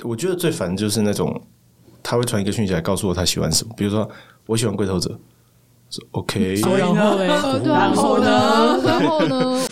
我觉得最烦就是那种他会传一个讯息来告诉我他喜欢什么，比如说我喜欢龟头者，OK， 然后嘞， 然后呢？然后呢？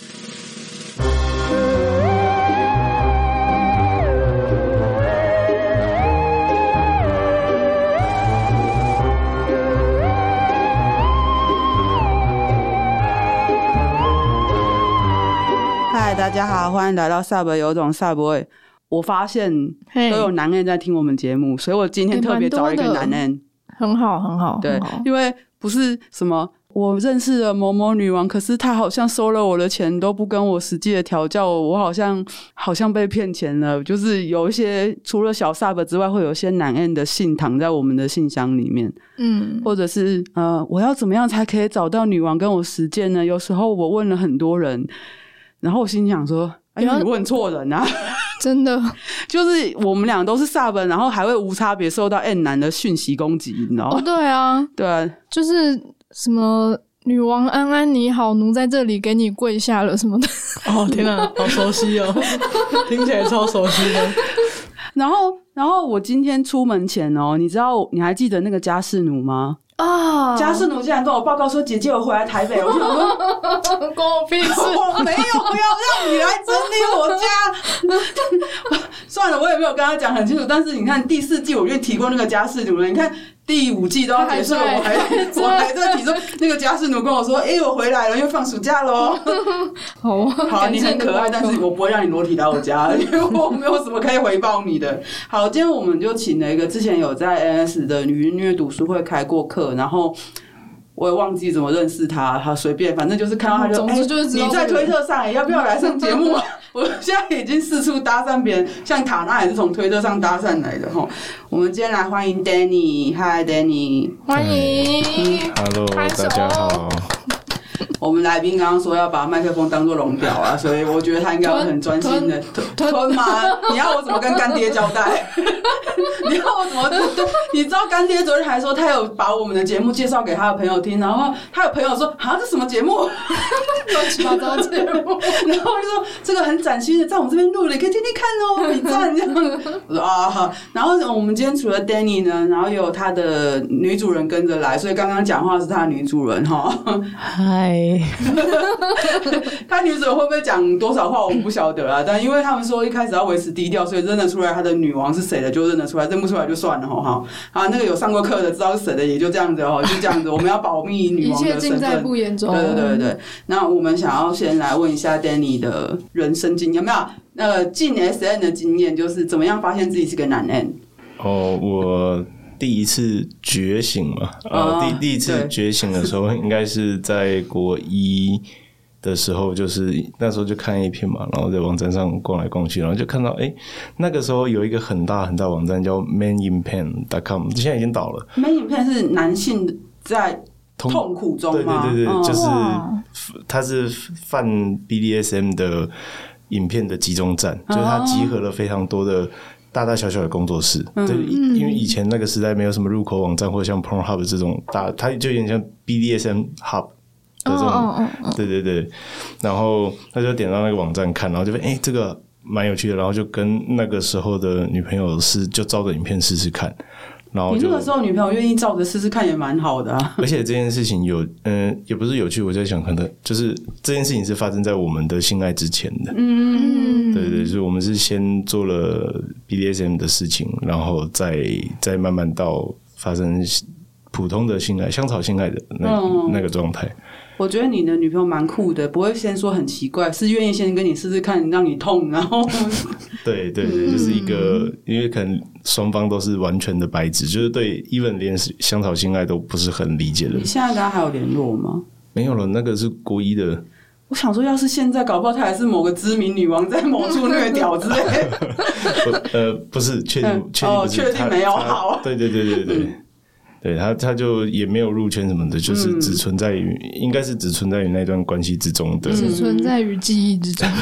嗨，大家好，欢迎来到 Sub 有种 Subway。我发现都有男人在听我们节目，所以我今天特别找一个男人， 很好，很好。 对，因为不是什么我认识了某某女王，可是她好像收了我的钱，都不跟我实际的调教，我好像被骗钱了。就是有一些除了小 Sub 之外，会有一些男人的信躺在我们的信箱里面，或者是我要怎么样才可以找到女王跟我实践呢？有时候我问了很多人，然后我心想说，你问错人啊。 真的， 就是我们俩都是 Sub， 然后还会无差别受到 N 男的讯息攻击，你知道吗？ 对啊， 对啊， 就是什么女王安安你好，奴在这里给你跪下了什么的。 天哪，好熟悉哦，听起来超熟悉的。 然后我今天出门前你知道你还记得那个家世奴吗？家世奴竟然跟我报告说姐姐我回来台北，我就想说关我屁事， 我没有要让你来整理我家。算了，我也没有跟他讲很清楚，但是你看第4季我就提过那个家世奴了，你看第5季都要结束了，我还在提说那个家世奴跟我说我回来了，因为放暑假咯。好，你很可爱，但是我不会让你裸体来我家，因为我没有什么可以回报你的。好，今天我们就请了一个之前有在 NS 的女音乐读书会开过课，然后我也忘记怎么认识他随便，反正就是看到他就总之就是知道你在推特上要不要来上节目？我现在已经四处搭讪别人，像塔娜也是从推特上搭讪来的齁。我们今天来欢迎 Danny， 嗨 Danny， 欢迎 ，Hello， 大家好。 我们来宾刚刚说要把麦克风当作龙表啊，所以我觉得他应该会很专心的吞吗？你要我怎么跟干爹交代？你要我怎么？你知道干爹昨天还说他有把我们的节目介绍给他的朋友听，然后他的朋友说这什么节目？ 乱七八糟节目， 然后就说这个很崭新的，在我们这边录的，可以听听看比赞这样。我说好。然后我们今天除了 Danny 呢，然后有他的女主人跟着来，所以刚刚讲话是他的女主人嗨。 他女主人会不会讲多少话我不晓得啊，但因为他们说一开始要维持低调，所以认得出来他的女王是谁的就认得出来，认不出来就算了好，那个有上过课的知道是谁的也就这样子就这样子，我们要保密女王的身份， 一切尽在不言中。 对。那我们想要先来问一下 Danny 的人生经验，有没有进 SM 的经验，就是怎么样发现自己是个男人？ 我第一次觉醒嘛，第一次觉醒的时候，应该是在国1的时候，就是那时候就看一篇嘛，然后在网站上逛来逛去，然后就看到那个时候有一个很大很大网站叫 maninpen.com， 现在已经倒了。 maninpen 是男性在痛苦中吗？ 对，就是它是泛 BDSM 的影片的集中站，就是它集合了非常多的大大小小的工作室，对，因为以前那个时代没有什么入口网站或者像 Pornhub 这种它就有点像 BDSM Hub 的这种，对，然后他就点到那个网站看，然后就这个蛮有趣的，然后就跟那个时候的女朋友就照着影片试试看。然后你那个时候女朋友愿意照着试试看也蛮好的啊。 而且这件事情也不是有趣，我在想可能就是这件事情是发生在我们的性爱之前的。对，所以我们是先做了 BDSM 的事情，然后再慢慢到发生普通的性爱、香草性爱的那个状态。 我觉得你的女朋友蛮酷的，不会先说很奇怪，是愿意先跟你试试看，让你痛，然后对，就是一个，因为可能双方都是完全的白纸，就是对 even 连香草性爱都不是很理解的。 你现在跟他还有联络吗？ 没有了，那个是国1的。 我想说，要是现在搞不好她还是某个知名女王在某处虐屌之类的。 不是，确定不是， 确定没有好。 对。对，他就也没有入圈什么的，就是只存在于，应该是只存在于那段关系之中的， 只存在于记忆之中。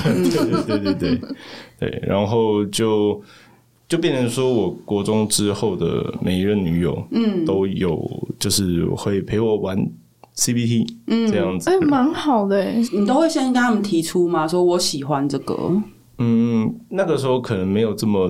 对，然后就变成说我国中之后的每一任女友，都有就是会陪我玩 CBT，这样子， 蛮好的耶。 你都会先跟他们提出吗？说我喜欢这个。 那个时候可能没有这么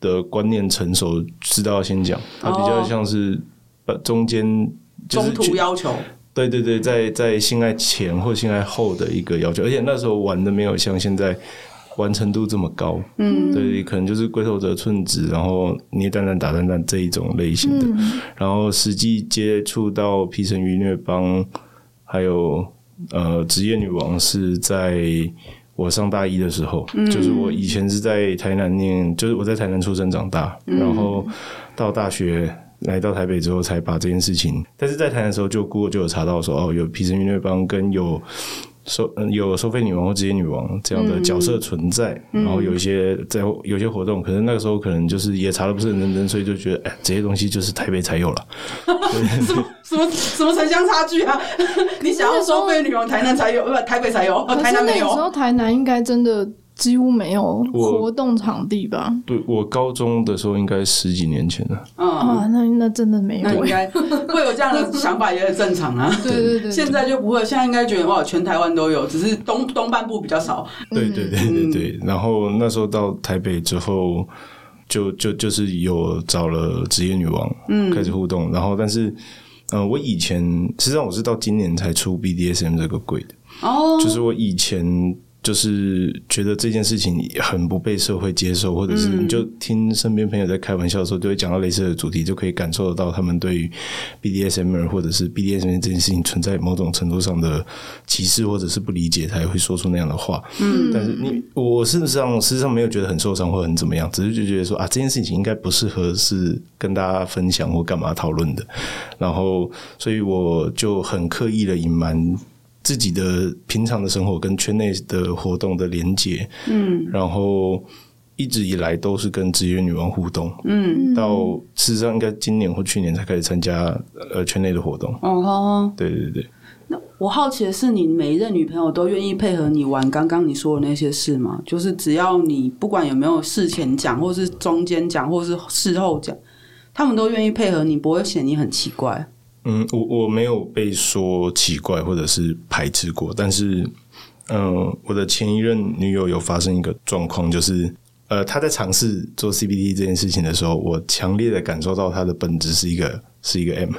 的观念成熟，知道要先讲，它比较像是中间就是中途要求。 对对对，在性爱前或性爱后的一个要求，而且那时候玩的没有像现在完成度这么高，对，可能就是龟头折寸指，然后捏蛋蛋打蛋蛋这一种类型的，然后实际接触到皮绳鱼虐帮，还有职业女王是在我上大一的时候，就是我以前是在台南念，就是我在台南出生长大，然后到大学来到台北之后才把这件事情，但是在台南的时候就 Google 就有查到说有皮绳鱼虐帮跟有收费女王或职业女王这样的角色存在，然后有一些活动，可是那个时候可能就是也查的不是很认真，所以就觉得这些东西就是台北才有了。 什么城乡差距啊？你想要收费女王，台南才有，台北才有，台南没有。 那个时候台南应该真的几乎没有活动场地吧？ 对，我高中的时候应该10几年前了。 那真的没有。 那应该会有这样的想法也很正常啊。 对， 现在就不会，现在应该觉得哇，全台湾都有，只是东半部比较少。 对。然后那时候到台北之后，就是有找了职业女王，开始互动。然后但是我以前实际上我是到今年才出 BDSM 这个柜的。就是我以前就是觉得这件事情很不被社会接受，或者是你就听身边朋友在开玩笑的时候就会讲到类似的主题，就可以感受得到他们对于 BDSM 或者是 BDSM 这件事情存在某种程度上的歧视或者是不理解才会说出那样的话。但是我事实上没有觉得很受伤或很怎么样，只是就觉得说这件事情应该不适合是跟大家分享或干嘛讨论的，然后所以我就很刻意的隐瞒自己的平常的生活跟圈内的活动的连结，然后一直以来都是跟职业女王互动，到事实上应该今年或去年才开始参加圈内的活动。对。 那我好奇的是，你每一任女朋友都愿意配合你玩刚刚你说的那些事吗？就是只要你不管有没有事前讲，或是中间讲，或是事后讲，他们都愿意配合你，不会嫌你很奇怪。 我没有被说奇怪或者是排斥过，但是我的前一任女友有发生一个状况，就是她在尝试做 CBT 这件事情的时候，我强烈的感受到她的本质是一个 M。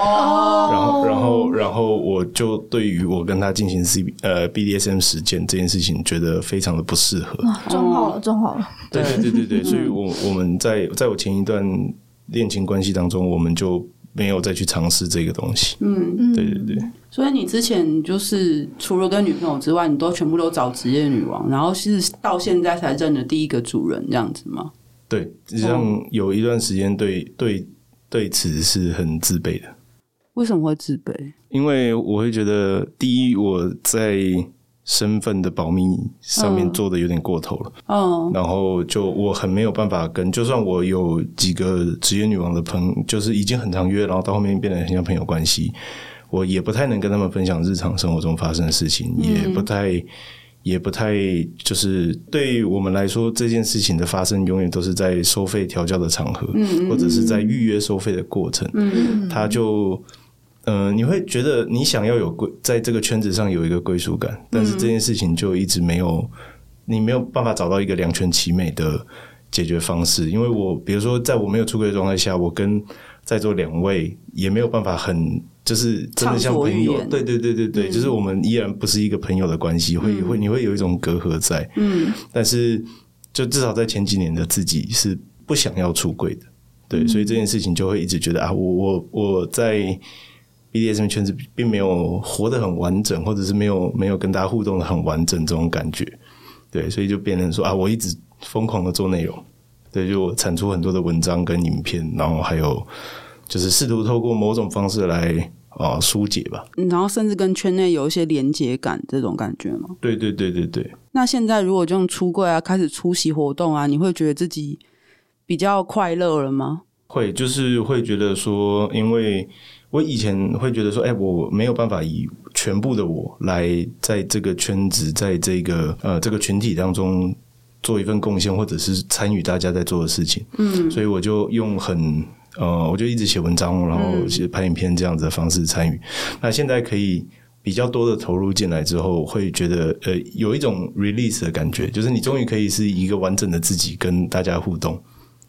然后我就对于我跟她进行BDSM 实践这件事情觉得非常的不适合。 装好了。对， 所以我们在我前一段恋情关系当中，我们就没有再去尝试这个东西。对。 所以你之前就是除了跟女朋友之外，你都全部都找职业女王，然后是到现在才认的第一个主人这样子吗？ 对，实际上有一段时间对此是很自卑的。 为什么会自卑？ 因为我会觉得，第一，我在身份的保密上面做的有点过头了，然后就我很没有办法就算我有几个职业女王的朋友，就是已经很常约，然后到后面变得很像朋友关系，我也不太能跟他们分享日常生活中发生的事情，也不太就是对我们来说，这件事情的发生永远都是在收费调教的场合，或者是在预约收费的过程，他就。你会觉得你想要在这个圈子上有一个归属感，但是这件事情就一直你没有办法找到一个两全其美的解决方式。因为比如说在我没有出柜的状态下，我跟在座2位也没有办法就是真的像朋友，对，就是我们依然不是一个朋友的关系，你会有一种隔阂在，但是就至少在前几年的自己是不想要出柜的，对，所以这件事情就会一直觉得我在BDSM 圈子并没有活得很完整，或者是没有跟大家互动的很完整这种感觉，对，所以就变成说我一直疯狂的做内容，对，就我产出很多的文章跟影片，然后还有就是试图透过某种方式来疏解吧， 然后甚至跟圈内有一些连结感这种感觉吗？ 对。 那现在如果这种出柜开始出席活动你会觉得自己比较快乐了吗？ 会，就是会觉得说，因为我以前会觉得说，我没有办法以全部的我来在这个圈子，在这个群体当中做一份贡献，或者是参与大家在做的事情。所以我就用我就一直写文章，然后拍影片这样子的方式参与。那现在可以比较多的投入进来之后，会觉得有一种 release 的感觉，就是你终于可以是一个完整的自己跟大家互动。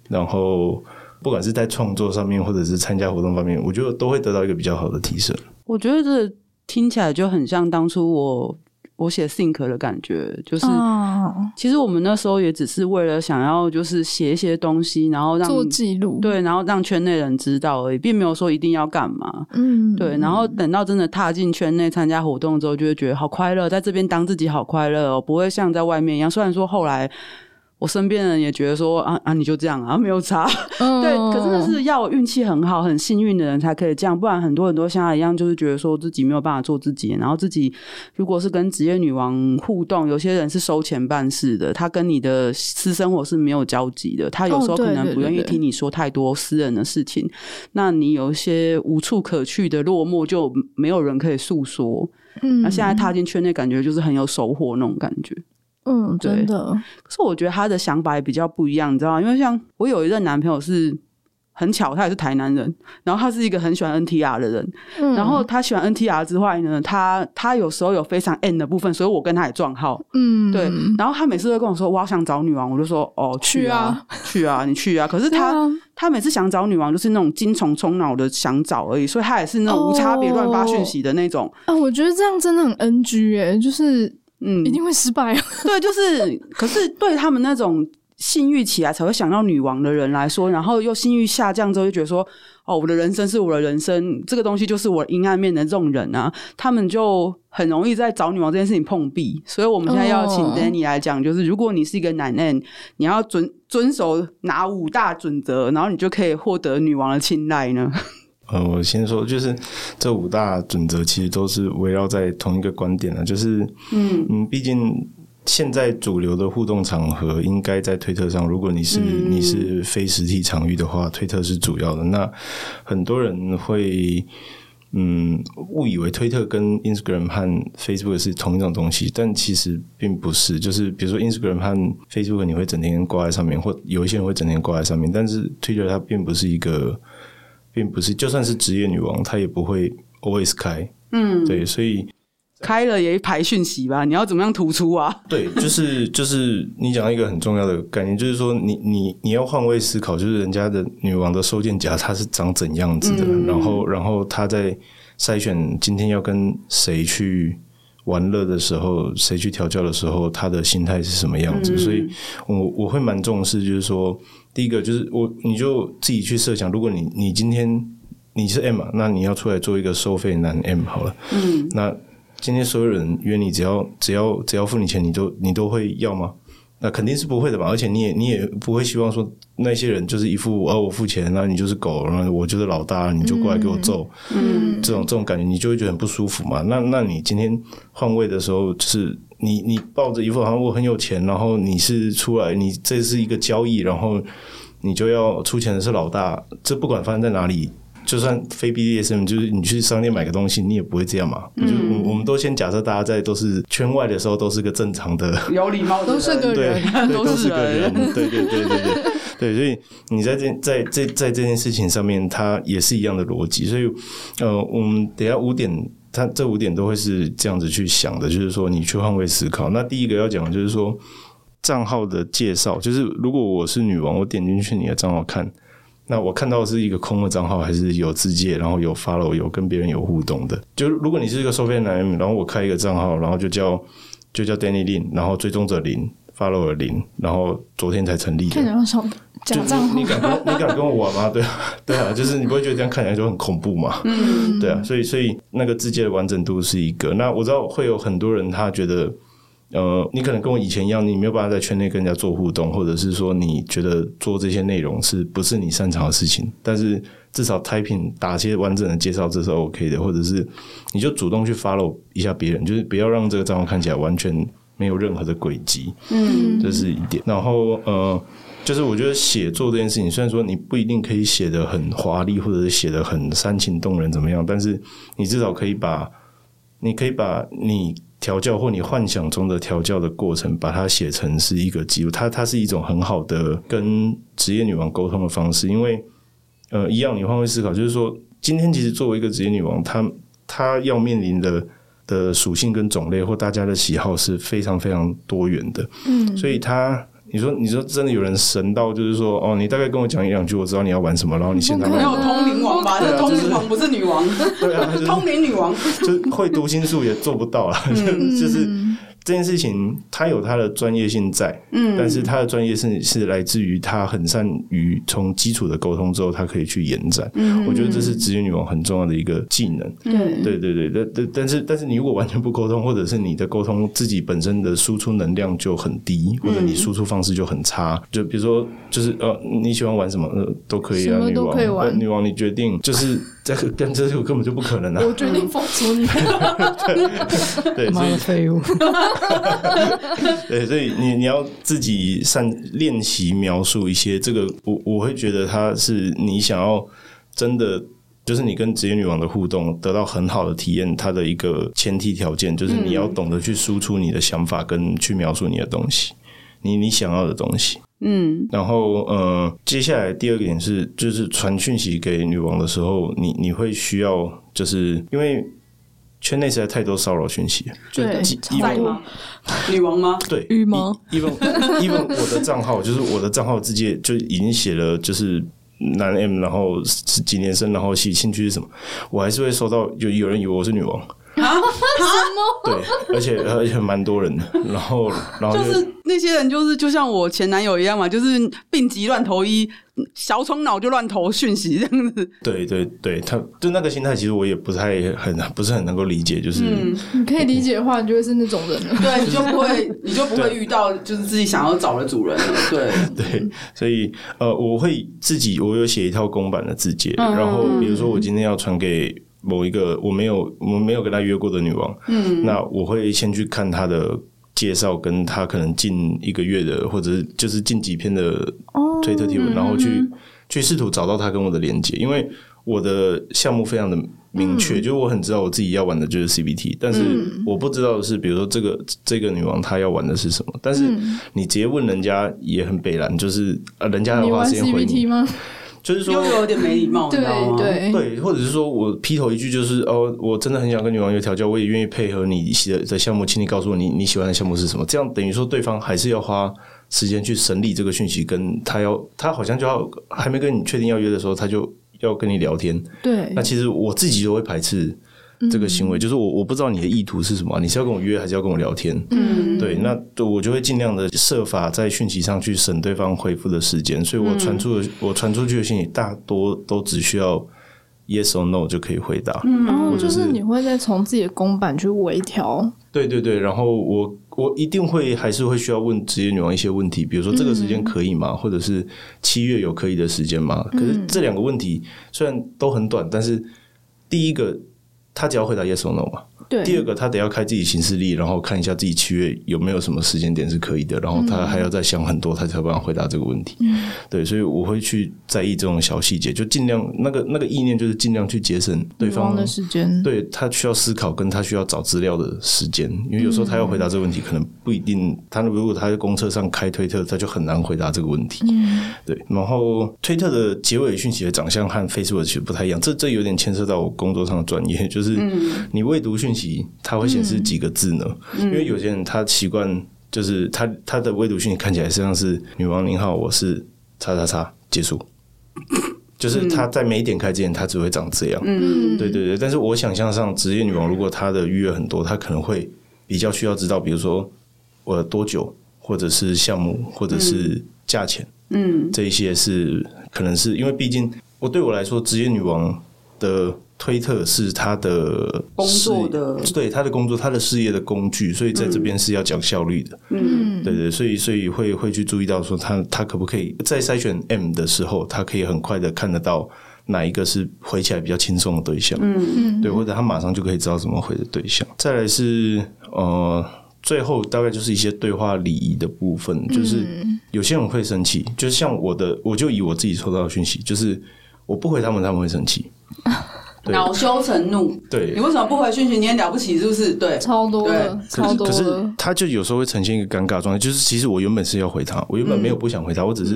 然后不管是在创作上面或者是参加活动方面，我觉得都会得到一个比较好的提升。 我觉得这听起来就很像当初我写 Think 的感觉，就是其实我们那时候也只是为了想要就是写一些东西，然后让做记录， 对，然后让圈内人知道而已，并没有说一定要干嘛。对，然后等到真的踏进圈内参加活动之后，就会觉得好快乐，在这边当自己好快乐哦，不会像在外面一样。虽然说后来我身边的人也觉得说你就这样啊，没有差。对，可是那是要运气很好很幸运的人才可以这样，不然很多人都像他一样就是觉得说自己没有办法做自己，然后自己如果是跟职业女王互动，有些人是收钱办事的，他跟你的私生活是没有交集的，他有时候可能不愿意听你说太多私人的事情，那你有一些无处可去的落寞就没有人可以诉说。那现在踏进圈内感觉就是很有收获那种感觉。 真的。 可是我觉得他的想法也比较不一样，你知道吗？因为像我有一任男朋友是很巧，他也是台南人，然后他是一个很喜欢 NTR 的人，然后他喜欢 NTR 之外呢，他有时候有非常 N 的部分，所以我跟他也撞号。对，然后他每次会跟我说我好想找女王，我就说去啊去啊你去啊。可是他每次想找女王就是那种精虫充脑的想找而已，所以他也是那种无差别乱发讯息的那种。 我觉得这样真的很 NG 耶，就是一定会失败。 对，就是可是对他们那种性欲起来才会想到女王的人来说，然后又性欲下降之后就觉得说我的人生是我的人生，这个东西就是我阴暗面的这种人啊，他们就很容易在找女王这件事情碰壁。所以我们现在要请 Danny 来讲，就是如果你是一个男人，你要遵守哪5大准则，然后你就可以获得女王的青睐呢？ 我先说，就是这5大准则其实都是围绕在同一个观点的，就是毕竟现在主流的互动场合应该在推特上，如果你是非实体场域的话，推特是主要的。那很多人会误以为推特跟 Instagram 和 Facebook 是同一种东西，但其实并不是。就是比如说 Instagram 和 Facebook 你会整天挂在上面，或有一些人会整天挂在上面，但是 Twitter 它并不是，就算是职业女王，她也不会 always 开。对，所以开了也排讯息吧，你要怎么样突出啊？ 对，就是你讲一个很重要的概念，就是说你要换位思考，就是人家的女王的收件夹它是长怎样子的，然后她在筛选今天要跟谁去玩乐的时候，谁去调教的时候，她的心态是什么样子。所以我会蛮重视，就是说第一个就是你就自己去设想，如果你今天你是 M 嘛，那你要出来做一个收费男 M 好了。那今天所有人约你，只要付你钱，你都会要吗？那肯定是不会的嘛。而且你也不会希望说那些人就是一副我付钱，然后你就是狗，然后我就是老大，你就过来给我揍。这种感觉你就会觉得很不舒服嘛。那你今天换位的时候，就是你抱着一副好像我很有钱，然后你是出来，你这是一个交易，然后你就要出钱的是老大，这不管发生在哪里。就算非 BDSM， 就是你去商店买个东西，你也不会这样嘛。就是我们都先假设大家都是圈外的时候，都是个正常的、 有礼貌的人， 都是个人， 都是个人。对，所以你在这件事情上面，它也是一样的逻辑。所以我们等一下5点，它这5点都会是这样子去想的，就是说你去换位思考。那第一个要讲的就是说账号的介绍，就是如果我是女王，我点进去你的账号看。那我看到的是一个空的账号，还是有自介，然后有 follow， 有跟别人有互动的。就如果你是一个收费男人，然后我开一个账号，然后就叫 Danny Lin， 然后追踪者0 follower 0，然后昨天才成立的， 看起来像假账号。 你敢跟我玩吗？对啊，就是你不会觉得这样看起来就很恐怖嘛？对啊，所以那个自介的完整度是一个。那我知道会有很多人他觉得。你可能跟我以前一样，你没有办法在圈内跟人家做互动，或者是说你觉得做这些内容不是你擅长的事情，但是至少 typing 打些完整的介绍这是 OK 的，或者是你就主动去 follow 一下别人，就是不要让这个账号看起来完全没有任何的轨迹。这是一点。然后就是我觉得写作这件事情，虽然说你不一定可以写得很华丽，或者是写得很煽情动人怎么样，但是你至少可以把你调教或你幻想中的调教的过程，把它写成是一个记录，它是一种很好的跟职业女王沟通的方式。因为一样你换位思考，就是说今天其实作为一个职业女王，她要面临的属性跟种类或大家的喜好是非常非常多元的。所以你说真的有人神到就是说哦，你大概跟我讲1-2句，我知道你要玩什么，然后你现场没有通灵王吧？这通灵王不是女王， 对啊， 通灵女王就会读心术也做不到啦，就是这件事情，他有他的专业性在，但是他的专业是来自于他很善于从基础的沟通之后，他可以去延展。我觉得这是职业女王很重要的一个技能。对，但是你如果完全不沟通，或者是你的沟通自己本身的输出能量就很低，或者你输出方式就很差，就比如说就是你喜欢玩什么都可以啊， 什么都可以玩， 女王你决定就是这个根本就不可能啊！ 我决定封锁你。 对， 妈的废物。 对，所以你要自己练习描述一些这个，我会觉得它是你想要真的，就是你跟职业女王的互动得到很好的体验，它的一个前提条件就是你要懂得去输出你的想法跟去描述你的东西，你想要的东西。然后接下来第二个点是，就是传讯息给女王的时候，你会需要，就是因为圈内实在太多骚扰讯息， 对， 在吗？女王吗？ 对， 羽毛 even 我的账号，就是我的账号直接就已经写了，就是男 M， 然后几年生，然后兴趣是什么，我还是会收到有人以为我是女王。 什么？ 对，而且蛮多人的，然后就是那些人就像我前男友一样嘛，就是病急乱投医，小冲脑就乱投讯息这样子。 对，他就那个心态，其实我也不是很能够理解，就是你可以理解的话，你就会是那种人了。 对，你就不会遇到就是自己想要找的主人了。 对，所以我会我有写一套公版的字节，然后比如说我今天要传给某一个我们没有跟他约过的女王，那我会先去看他的介绍，跟他可能近1个月的，或者是就是近几篇的推特贴文，然后去试图找到他跟我的连结，因为我的项目非常的明确，就是我很知道我自己要玩的就是 CBT， 但是我不知道的是，比如说这个女王她要玩的是什么，但是你直接问人家也很北蓝，就是人家还花时间回你。 你玩 CBT 吗？ 就是说又有点没礼貌，你知道吗？ 对，或者是说我劈头一句就是我真的很想跟女王有调教，我也愿意配合你的项目，请你告诉我你喜欢的项目是什么。这样等于说对方还是要花时间去审理这个讯息，跟他好像就要还没跟你确定要约的时候，他就要跟你聊天。 对， 那其实我自己就会排斥这个行为，就是我不知道你的意图是什么，你是要跟我约还是要跟我聊天？对，那我就会尽量的设法在讯息上去省对方回复的时间，所以我传出去的信息大多都只需要 yes or no 就可以回答。 就是你会再从自己的公版去微调。 对，然后我一定还是会需要问职业女王一些问题，比如说这个时间可以吗？或者是7月有可以的时间吗？可是这2个问题虽然都很短，但是第一个他只要回答 yes or no 嘛。 对， 第二个他得要开自己行事历，然后看一下自己7月有没有什么时间点是可以的，然后他还要再想很多，他才有办法回答这个问题。对，所以我会去在意这种小细节，就尽量那个意念就是尽量去节省对方的时间，对他需要思考跟他需要找资料的时间，因为有时候他要回答这个问题，可能不一定。如果他在公车上开推特，他就很难回答这个问题。对。然后推特的结尾讯息的长相和 Facebook 其实不太一样，这有点牵涉到我工作上的专业，就是你未读讯息。它会显示几个字呢？因为有些人他习惯就是他的未读讯息看起来像是女王您好，我是叉叉叉结束，就是他在没点开之前，他只会长这样。对。但是我想象上，职业女王如果她的预约很多，她可能会比较需要知道，比如说我多久，或者是项目，或者是价钱。这一些是可能是因为毕竟对我来说，职业女王的推特是他的工作的， 对他的工作，他的事业的工具，所以在这边是要讲效率的。对，所以会去注意到说他可不可以在筛选 M 的时候，他可以很快的看得到哪一个是回起来比较轻松的对象。对，或者他马上就可以知道怎么回的对象。再来是最后大概就是一些对话礼仪的部分，就是有些人会生气，就是像我就以我自己收到的讯息，就是我不回他们会生气。 恼羞成怒， 对， 你为什么不回讯息？你很了不起是不是？对， 超多的，超多的。 可是他就有时候会呈现一个尴尬状态，就是其实我原本是要回他，我原本没有不想回他，我只是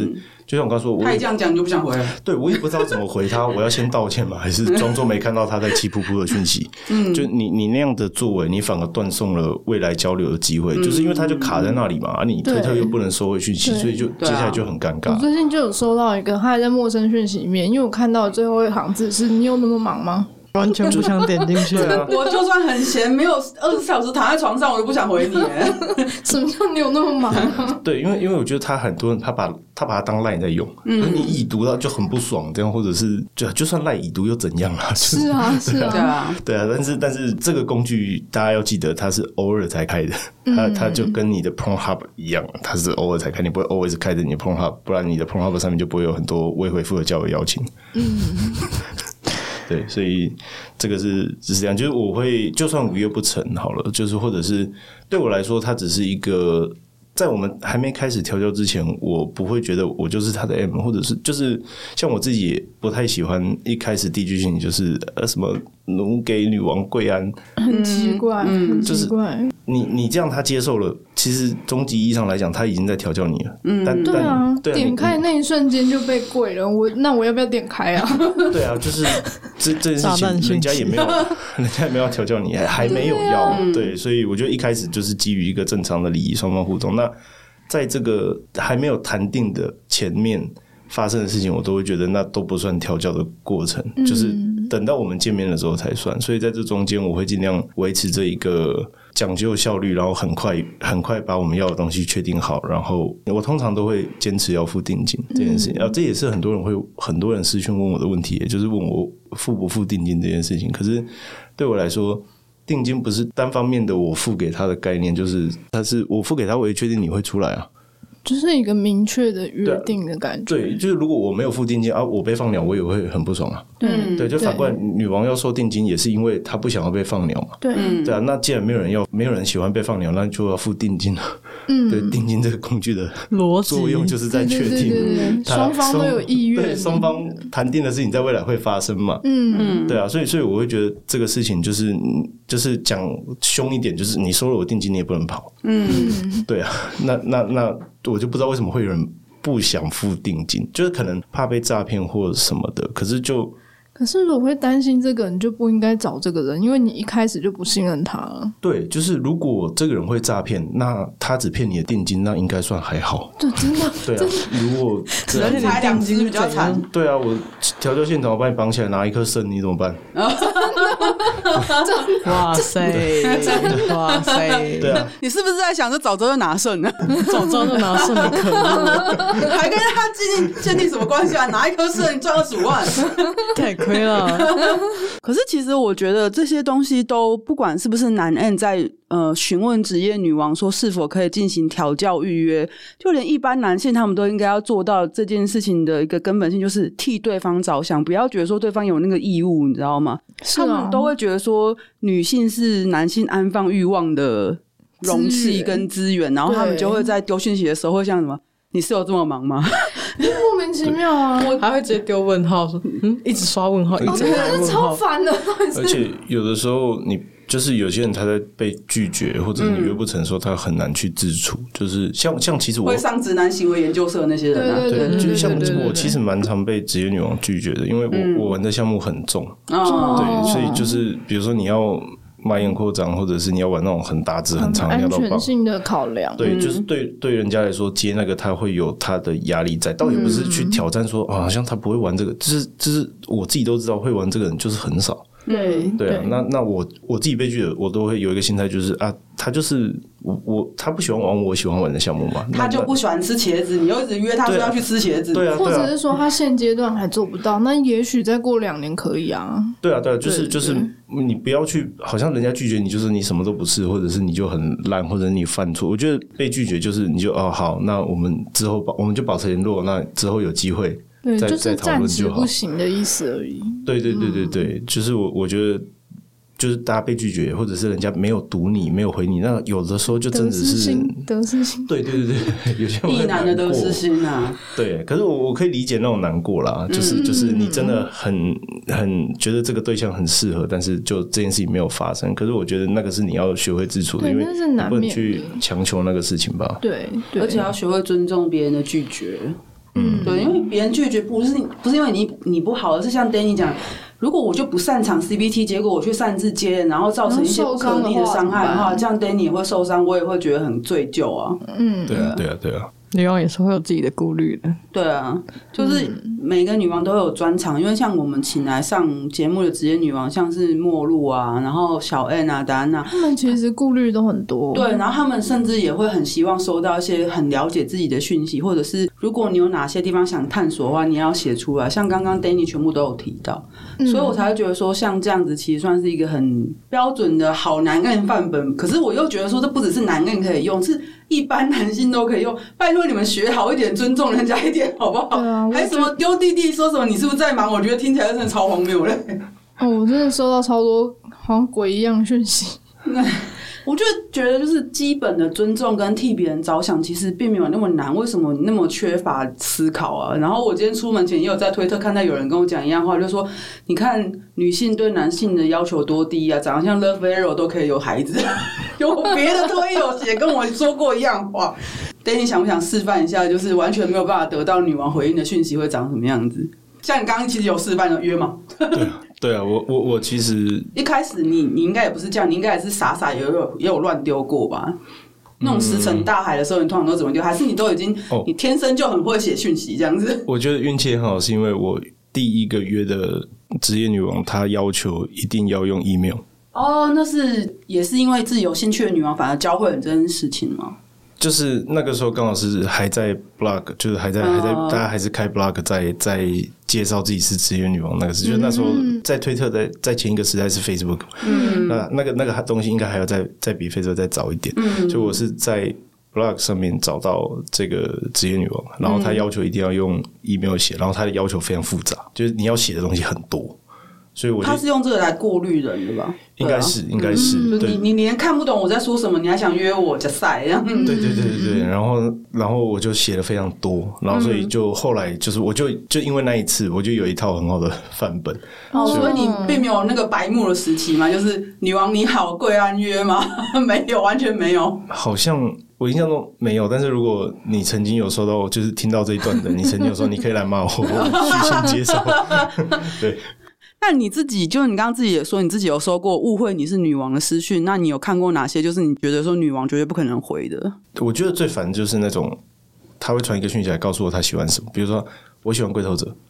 就像我刚说， 他一这样讲你就不想回了。 对，我也不知道怎么回他，我要先道歉吗？还是装作没看到他在气噗噗的讯息？就你那样的作为，你反而断送了未来交流的机会，就是因为他就卡在那里嘛，你推特又不能收回讯息，所以就接下来就很尴尬。 我最近就有收到一个，他还在陌生讯息里面，因为我看到最后一行字是你有那么忙吗？ 完全不想点进去。 我就算很闲，没有24小时躺在床上，我都不想回你。 什么叫你有那么忙啊？ 对，因为我觉得他很多人他把它当赖在用，你已读到就很不爽，这样或者是就算赖已读又怎样啊？ 是啊，是啊， 对啊。但是这个工具大家要记得，它是偶尔才开的，它就跟你的 Pornhub 一样，它是偶尔才开，你不会 always 开着你的 Pornhub， 不然你的 Pornhub 上面就不会有很多未回复的交友邀请。对，所以这个是这样，就是我会就算5月不成好了，就是或者是对我来说，它只是一个在我们还没开始调教之前，我不会觉得我就是他的 M， 或者是就是像我自己也不太喜欢一开始第一句信就是什么奴给女王跪安， 很奇怪，很奇怪。 你这样他接受了，其实终极意义上来讲，他已经在调教你了。 对啊，点开那一瞬间就被跪了，那我要不要点开啊？ 对啊，就是这件事情，人家也没有要调教你，还没有要。对，所以我觉得一开始就是基于一个正常的礼仪，双方互动。那在这个还没有谈定的前面发生的事情，我都会觉得那都不算调教的过程，就是等到我们见面的时候才算。所以在这中间，我会尽量维持这一个讲究效率，然后很快把我们要的东西确定好。然后我通常都会坚持要付定金这件事情，这也是很多人私讯问我的问题，也就是问我付不付定金这件事情。可是对我来说，定金不是单方面的我付给他的概念，就是它是我付给他，我也确定你会出来啊。 就是一个明确的约定的感觉。 对，就是如果我没有付定金啊，我被放鸟，我也会很不爽啊。对，就反过来，女王要收定金也是因为她不想要被放鸟嘛。对啊，那既然没有人喜欢被放鸟，那就要付定金了。对，定金这个工具的作用就是在确定双方都有意愿， 对，双方谈定的事情在未来会发生嘛。对啊，所以我会觉得这个事情就是讲凶一点，就是你收了我定金，你也不能跑。对啊，那我就不知道为什么会有人不想付定金，就是可能怕被诈骗或什么的。可是如果会担心这个，你就不应该找这个人，因为你一开始就不信任他了。 对，就是如果这个人会诈骗，那他只骗你的定金，那应该算还好。 对，真的。 对啊，如果人才2只比较惨。 对啊，我调教现场我把你绑起来拿一颗肾，你怎么办？ 哇塞，哇塞！ 对啊， 你是不是在想着早知道就拿肾呢？ 早知道就拿肾，可恶！ 还跟他建立什么关系啊？拿一颗肾赚25万， 太亏了。 可是其实我觉得这些东西都不管是不是男 N 在询问职业女王说是否可以进行调教预约，就连一般男性他们都应该要做到这件事情的一个根本性，就是替对方着想，不要觉得说对方有那个义务，你知道吗？他们都会觉得说女性是男性安放欲望的容器跟资源，然后他们就会在丢讯息的时候会像什么你是有这么忙吗？ 莫名其妙啊！ 还会直接丢问号说一直刷问号，一直刷问号， 超烦的。 而且有的时候你就是有些人他在被拒绝或者你约不成的时候，他很难去自处。就是像其实我会上直男行为研究社那些人啊， 对，就是像我其实蛮常被职业女王拒绝的，因为我玩的项目很重，对，所以就是比如说你要马眼扩张，或者是你要玩那种很大只很长的安全性的考量， 对，就是对人家来说接那个他会有他的压力在，倒也不是去挑战说好像他不会玩这个，就是我自己都知道会玩这个人就是很少。对啊，那我自己被拒绝，我都会有一个心态，就是他就是他不喜欢玩我喜欢玩的项目嘛， 他就不喜欢吃茄子，你又一直约他说要去吃茄子， 对啊， 或者是说他现阶段还做不到，那也许再过2年可以啊。 对啊，就是你不要去，好像人家拒绝你就是你什么都不是，或者是你就很烂，或者你犯错。我觉得被拒绝就是你就好，那我们之后我们就保持联络，那之后有机会。 对，就是暂时不行的意思而已。 对，就是我觉得，就是大家被拒绝，或者是人家没有读你，没有回你，那有的时候就真的是得失心。 对，有些意男的得失心啊。 对，可是我可以理解那种难过啦，就是你真的很觉得这个对象很适合，但是就这件事情没有发生。可是我觉得那个是你要学会自处的，因为你不能去强求那个事情吧。 对， 而且要学会尊重别人的拒绝。 对，因为别人拒绝不是因为你不好，而是像 Danny 讲，如果我就不擅长 CBT， 结果我去擅自接人，然后造成一些不可逆的伤害的话，这样 Danny 也会受伤，我也会觉得很罪疚啊。 对啊。 女王也是会有自己的顾虑的。 对啊，就是每个女王都有专长，因为像我们请来上节目的职业女王，像是末路啊，然后小 N 啊、达安娜， 他们其实顾虑都很多。 对，然后他们甚至也会很希望收到一些很了解自己的讯息，或者是如果你有哪些地方想探索的话，你要写出来。像刚刚 Danny 全部都有提到，所以我才会觉得说，像这样子其实算是一个很标准的好男人范本。可是我又觉得说，这不只是男人可以用，是一般男性都可以用。拜托你们学好一点，尊重人家一点，好不好？ 对啊， 还什么丢弟弟说什么你是不是在忙？我觉得听起来真的超荒谬的。 我真的收到超多好像鬼一样的讯息。 我就觉得就是基本的尊重跟替别人着想，其实并没有那么难。为什么那么缺乏思考啊？然后我今天出门前也有在推特看到有人跟我讲一样话，就说你看女性对男性的要求多低啊，长得像 Love Arrow 都可以有孩子，有别的推友写跟我说过一样话。Danny 想不想示范一下？就是完全没有办法得到女王回应的讯息会长什么样子？像你刚刚其实有示范的约吗？ 对啊，我其实一开始你应该也不是这样，你应该也是傻傻也有乱丢过吧？那种石沉大海的时候，你通常都怎么丢？还是你都已经你天生就很会写讯息这样子？ 我觉得运气很好，是因为我第一个约的职业女王，她要求一定要用 email。 那是也是因为自己有兴趣的女王反而教会了这件事情吗？ 就是那个时候刚好是还在 blog， 就是还在大家还是开 blog 在介绍自己是职业女王那个时，就是那时候在推特在前一个时代是 Facebook， 那个东西应该还要再比 Facebook 再早一点，所以我是在 blog 上面找到这个职业女王，然后他要求一定要用 email 写，然后他的要求非常复杂，就是你要写的东西很多。所以我他是用这个来过滤人的吧？ 应该是，应该是。 你连看不懂我在说什么，你还想约我加赛？ 对。然后我就写了非常多，然后所以就后来就是我就因为那一次，我就有一套很好的范本。 所以你并没有那个白目的时期吗？就是女王你好，贵安约吗？没有，完全没有。 好像我印象中没有，但是如果你曾经有收到，就是听到这一段的，你曾经有说你可以来骂我，我虚心接受。对。 那你自己就是你刚刚自己也说你自己有收过误会你是女王的私讯，那你有看过哪些就是你觉得说女王绝对不可能回的？ 我觉得最烦就是那种他会传一个讯息来告诉我他喜欢什么，比如说我喜欢龟头者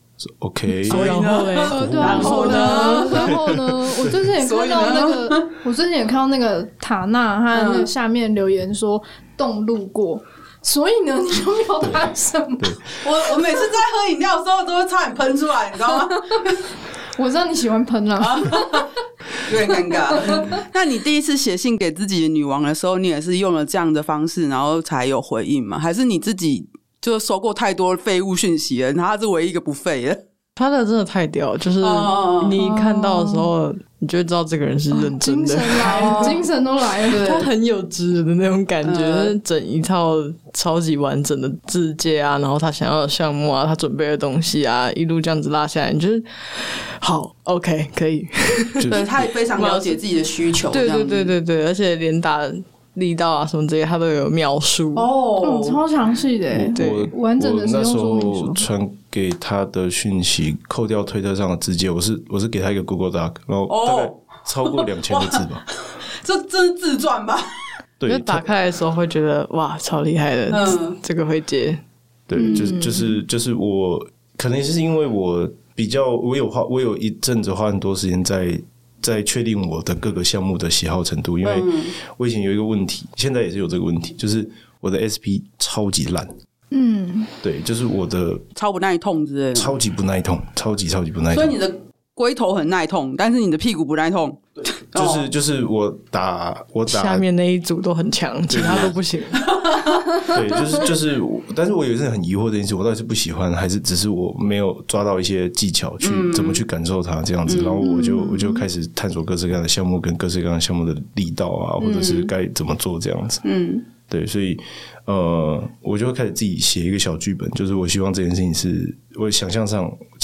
，OK， 然后嘞， 然后呢？我最近也看到那个，我最近也看到那个塔纳他那个下面留言说动路过。所以呢，你有没有谈什么？ 我每次在喝饮料的时候都会差点喷出来，你知道吗？ 我知道你喜欢喷啦， 有点尴尬。那你第一次写信给自己的女王的时候，你也是用了这样的方式，然后才有回应吗？还是你自己就收过太多废物讯息了，然后他是唯一一个不废的？ 他的真的太屌，就是你看到的时候，你就会知道这个人是认真的， 精神来了，精神都来了， 他很有质的那种感觉，整一套超级完整的自介啊，然后他想要的项目啊，他准备的东西啊，一路这样子拉下来，你就是好 OK 可以， 对，他也非常了解自己的需求， 对，而且连打力道啊什么这些他都有描述超详细的， 对， 完整的使用说明书。 我那时候传给他的讯息，扣掉推特上的直接，我是给他一个 Google Doc， 然后大概超过2000个字吧。 这真是自传吧？ 对， 就打开的时候会觉得哇，超厉害的，这个会接。 对，就是我可能是因为我我有一阵子花很多时间在确定我的各个项目的喜好程度，因为我以前有一个问题，现在也是有这个问题，就是我的 SP 超级烂。对，就是我的超不耐痛之类的， 超级不耐痛，超级不耐痛。 所以你的龟头很耐痛，但是你的屁股不耐痛。 就是我打下面那一组都很强，其他都不行。 对，但是我有一阵很疑惑这件事，我到底是不喜欢，还是只是我没有抓到一些技巧去怎么去感受它这样子，然后我就开始探索各式各样的项目跟各式各样的项目的力道啊，或者是该怎么做这样子。对，所以我就会开始自己写一个小剧本，就是我希望这件事情是我想象上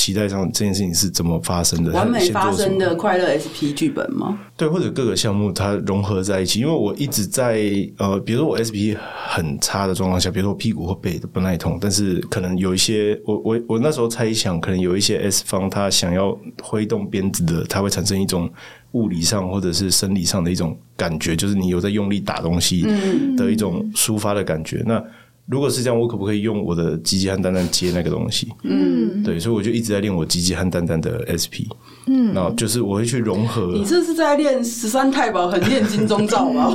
期待上这件事情是怎么发生的， 完美发生的快乐 SP 剧本吗？ 对，或者各个项目它融合在一起。因为我一直在比如说我 SP 很差的状况下，比如说我屁股或背不耐痛，但是可能有一些我那时候猜想，可能有一些 S 方他想要挥动鞭子的，它会产生一种物理上或者是生理上的一种感觉，就是你有在用力打东西的一种抒发的感觉。那如果是这样，我可不可以用我的鸡鸡和蛋蛋接那个东西？对，所以我就一直在练我鸡鸡和蛋蛋的 SP。然后就是我会去融合。 你这是在练13太保，很练金钟罩吧？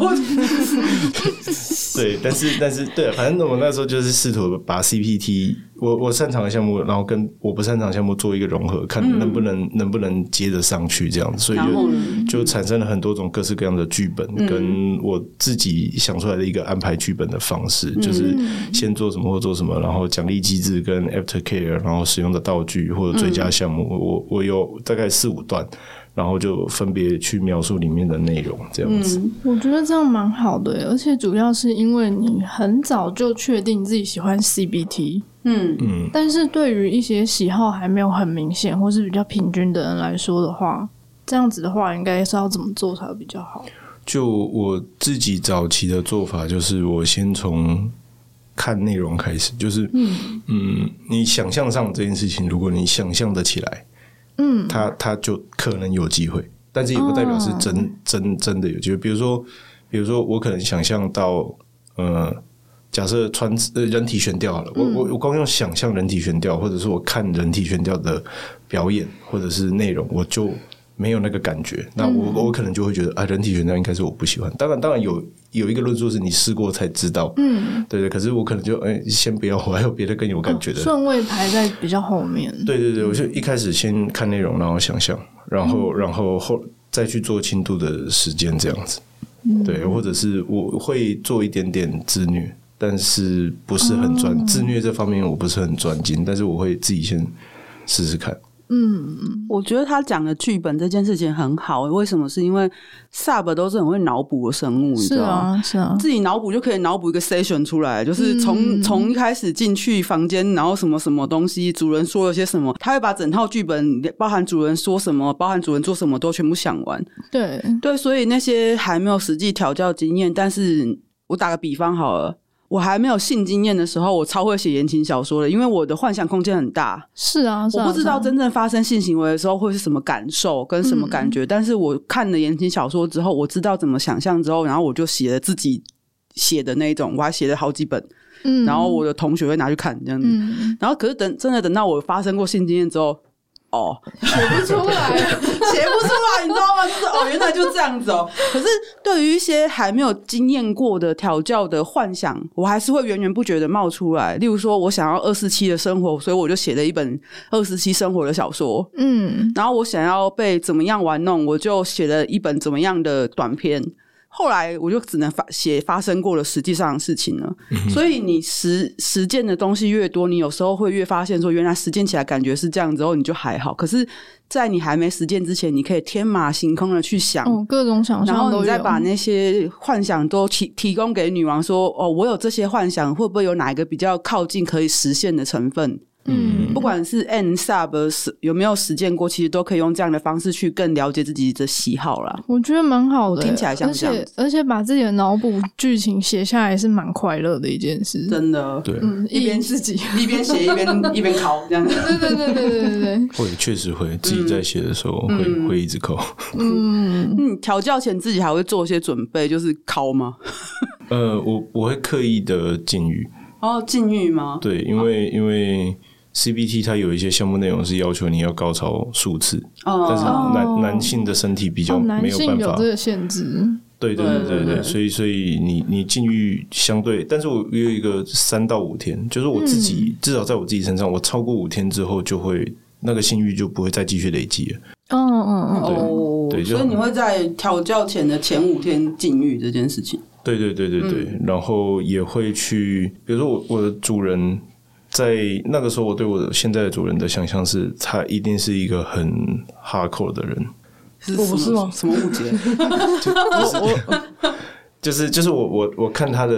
对，但是对，反正我那时候就是试图把 CPT 我擅长的项目，然后跟我不擅长的项目做一个融合，看能不能接得上去这样子，所以就产生了很多种各式各样的剧本，跟我自己想出来的一个安排剧本的方式，就是先做什么或做什么，然后奖励机制跟 aftercare， 然后使用的道具或者最佳项目，我有大概4-5段。然后就分别去描述里面的内容，这样子。 我觉得这样蛮好的耶，而且主要是因为你很早就确定自己喜欢 CBT，但是对于一些喜好还没有很明显或是比较平均的人来说的话，这样子的话应该是要怎么做才会比较好？ 就我自己早期的做法，就是我先从看内容开始，就是你想象上这件事情，如果你想象得起来。他就可能有机会，但是也不代表是真的有机会。比如说，我可能想象到，假设人体悬吊好了，我光用想象人体悬吊，或者是我看人体悬吊的表演或者是内容，我就没有那个感觉。那我可能就会觉得啊，人体悬吊应该是我不喜欢。当然有一个论述是你试过才知道，对。可是我可能就先不要，我还有别的更有感觉的。 顺位排在比较后面。 对，我就一开始先看内容，然后想象，然后再去做轻度的时间这样子。对，或者是我会做一点点自虐，但是不是很自虐这方面我不是很专精，但是我会自己先试试看。 我觉得他讲的剧本这件事情很好，为什么？是因为 sub 都是很会脑补的生物，你知道吗？ 是啊， 自己脑补就可以脑补一个 session 出来，就是从一开始进去房间，然后什么什么东西，主人说了些什么，他会把整套剧本包含主人说什么，包含主人做什么都全部想完。对，所以那些还没有实际调教经验，但是我打个比方好了。我还没有性经验的时候，我超会写言情小说的，因为我的幻想空间很大。 是啊， 我不知道真正发生性行为的时候会是什么感受跟什么感觉，但是我看了言情小说之后，我知道怎么想象之后，然后我就写了自己写的那一种，我还写了好几本，然后我的同学会拿去看这样子，然后可是等到我发生过性经验之后。 写不出来写不出来，你知道吗？就是原来就这样子哦。可是对于一些还没有经验过的调教的幻想，我还是会源源不绝的冒出来。例如说我想要247的生活，所以我就写了一本247生活的小说。然后我想要被怎么样玩弄，我就写了一本怎么样的短篇。后来我就只能写发生过的实际上的事情了。所以你实践的东西越多，你有时候会越发现说原来实践起来感觉是这样之后你就还好，可是在你还没实践之前，你可以天马行空的去想， 各种想象都有， 然后你再把那些幻想都提供给女王说我有这些幻想，会不会有哪一个比较靠近可以实现的成分。不管是 N-Sub 有没有实践过，其实都可以用这样的方式去更了解自己的喜好啦。 我觉得蛮好的， 听起来像这样子， 而且把自己的脑补剧情写下来是蛮快乐的一件事， 真的。 对， 一边自己一边写一边考这样子。 对， 会确实会自己在写的时候会一直考。 调教前自己还会做一些准备，就是考吗？ 我会刻意的禁欲。 禁欲吗？ 对，因为CBT 它有一些项目内容是要求你要高潮数次，但是男性的身体比较没有办法， 男性有这个限制。 对，所以你禁欲相对，但是我有一个3到5天，就是我自己至少在我自己身上，我超过5天之后就会那个性欲就不会再继续累积了。对， 所以你会在调教前的前5天禁欲这件事情。对， 然后也会去，比如说我的主人在那个时候，我对我的现在的主人的想象是，他一定是一个很 hardcore 的人。 我不是吗？什么误解？ 就是我看他的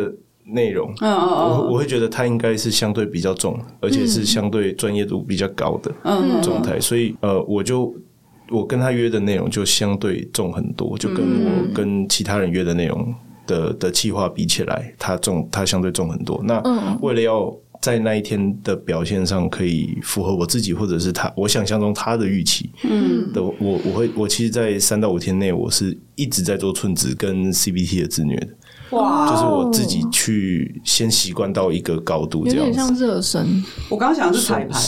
内容，我会觉得它应该是相对比较重，而且是相对专业度比较高的状态，所以我跟他约的内容就相对重很多，就跟我跟其他人约的内容的企划比起来，它相对重很多。那为了要在那一天的表现上可以符合我自己或者是我想象中他的预期，我其实在3到5天内我是一直在做寸子跟 CBT 的自虐的。哇！就是我自己去先习惯到一个高度，这样子有点像热身。 我刚刚想的是彩排，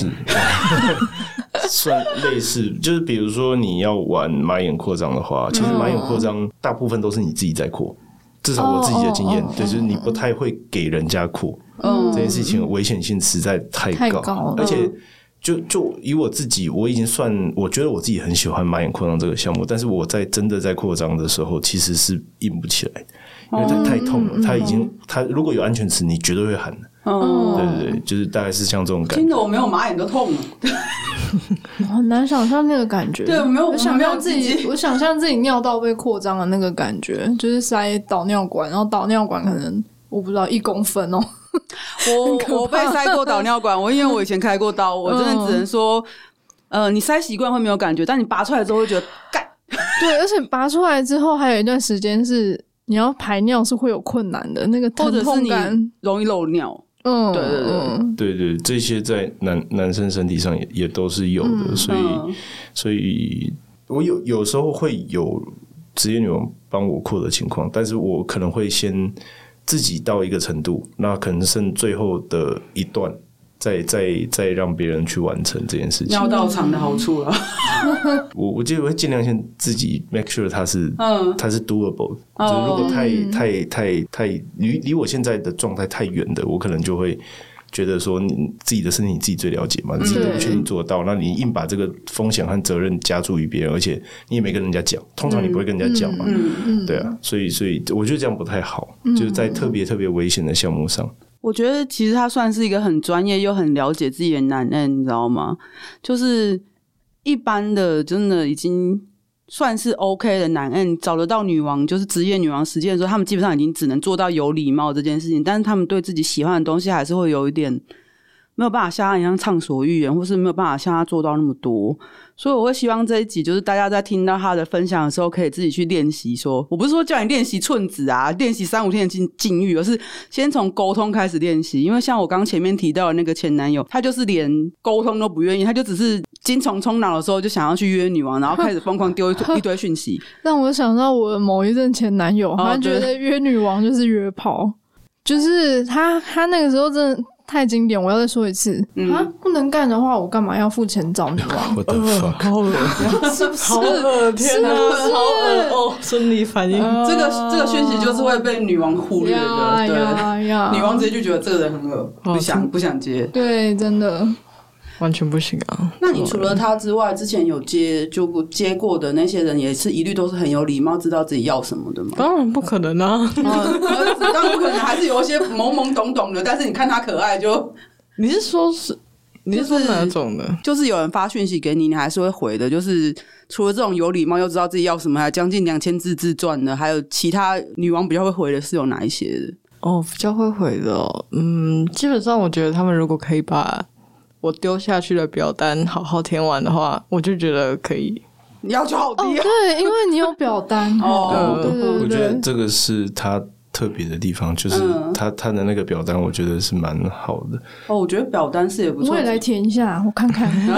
算类似。就是比如说你要玩马眼扩张的话，其实马眼扩张大部分都是你自己在扩，至少我自己的经验，对，就是你不太会给人家扩。这件事情危险性实在太高了，而且就以我自己，我已经我觉得我自己很喜欢马眼扩张这个项目，但是我真的在扩张的时候，其实是硬不起来的。因为它太痛了，它如果有安全词，你绝对会喊的。对，就是大概是像这种感觉。 听得我没有马眼都痛了， 很难想象那个感觉。 对，我想象自己尿道被扩张的那个感觉，就是塞导尿管，然后导尿管可能我不知道1公分哦。 我被塞过导尿管，因为我以前开过刀，我真的只能说，你塞习惯会没有感觉，但你拔出来之后会觉得干。 对，而且拔出来之后还有一段时间是。你要排尿是会有困难的，那个疼痛感， 或者是你容易漏尿。 对，这些在男生身体上也都是有的，所以我有时候会有职业女王帮我扩的情况，但是我可能会先自己到一个程度，那可能剩最后的一段。再让别人去完成这件事情， 尿道长的好处了。 我记得我会尽量先自己 make sure 它是 doable，就是如果太离我现在的状态太远的，我可能就会觉得说你自己的身体你自己最了解嘛，你自己都不确定做得到，那你硬把这个风险和责任加诸于别人，而且你也没跟人家讲，通常你不会跟人家讲嘛，对啊，所以我觉得这样不太好，就是在特别危险的项目上。 我觉得其实他算是一个很专业又很了解自己的男人，你知道吗？就是一般的真的已经算是 OK 的男人找得到女王，就是职业女王实践的时候，他们基本上已经只能做到有礼貌这件事情，但是他们对自己喜欢的东西还是会有一点没有办法像他一样畅所欲言，或是没有办法像他做到那么多。所以我会希望这一集就是大家在听到他的分享的时候可以自己去练习，说我不是说叫你练习寸子啊，练习3-5天的禁欲，而是先从沟通开始练习。因为像我刚前面提到的那个前男友，他就是连沟通都不愿意，他就只是精虫充脑的时候就想要去约女王，然后开始疯狂丢一堆讯息。 让我想到我的某一任前男友，他觉得约女王就是约炮，就是他那个时候真的太经典，我要再说一次。不能干的话，我干嘛要付钱找女王？ 我的 fuck， 好恶， 是不是？ 好恶，天哪，好恶哦！生理反应， 这个讯息就是会被女王忽略的。对，女王直接就觉得这个人很恶，不想接。 对，真的。 完全不行啊！ 那你除了他之外，之前有接过的那些人，也是一律都是很有礼貌，知道自己要什么的吗？ 当然不可能啊！ 当然不可能，还是有一些懵懵懂懂的。但是你看他可爱就， 你是说哪种的？ 就是有人发讯息给你，你还是会回的。就是除了这种有礼貌又知道自己要什么，还将近2000字自传的，还有其他女王比较会回的是有哪一些的？ 比较会回的哦。基本上我觉得他们如果可以把我丢下去的表单好好填完的话，我就觉得可以。 你要求好低啊！ 对，因为你有表单对， 我觉得这个是他特别的地方，就是他的那个表单，我觉得是蛮好的。 我觉得表单是也不错， 我也来填一下，我看看。 是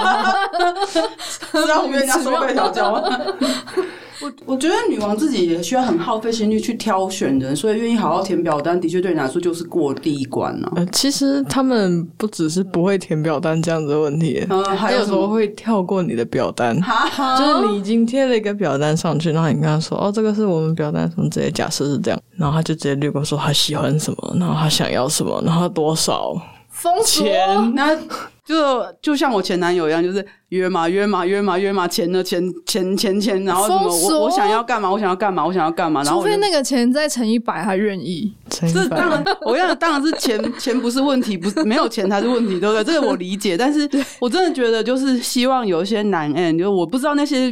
要约人家收费调教吗？我觉得女王自己也需要很耗费心力去挑选人，所以愿意好好填表单，的确对你来说就是过第一关了。 其实他们不只是不会填表单这样子的问题，还有时候会跳过你的表单，就是你已经贴了一个表单上去，然后你跟他说这个是我们表单什么之类，假设是这样，然后他就直接略过说他喜欢什么，然后他想要什么，然后多少钱， 那就像我前男友一样，就是约嘛，钱呢钱，然后什么我想要干嘛，然后除非那个钱再乘100，他愿意。 这当然，我要当然是钱不是问题，不是没有钱才是问题，对不对？这个我理解，但是我真的觉得就是希望有一些男人，就是我不知道那些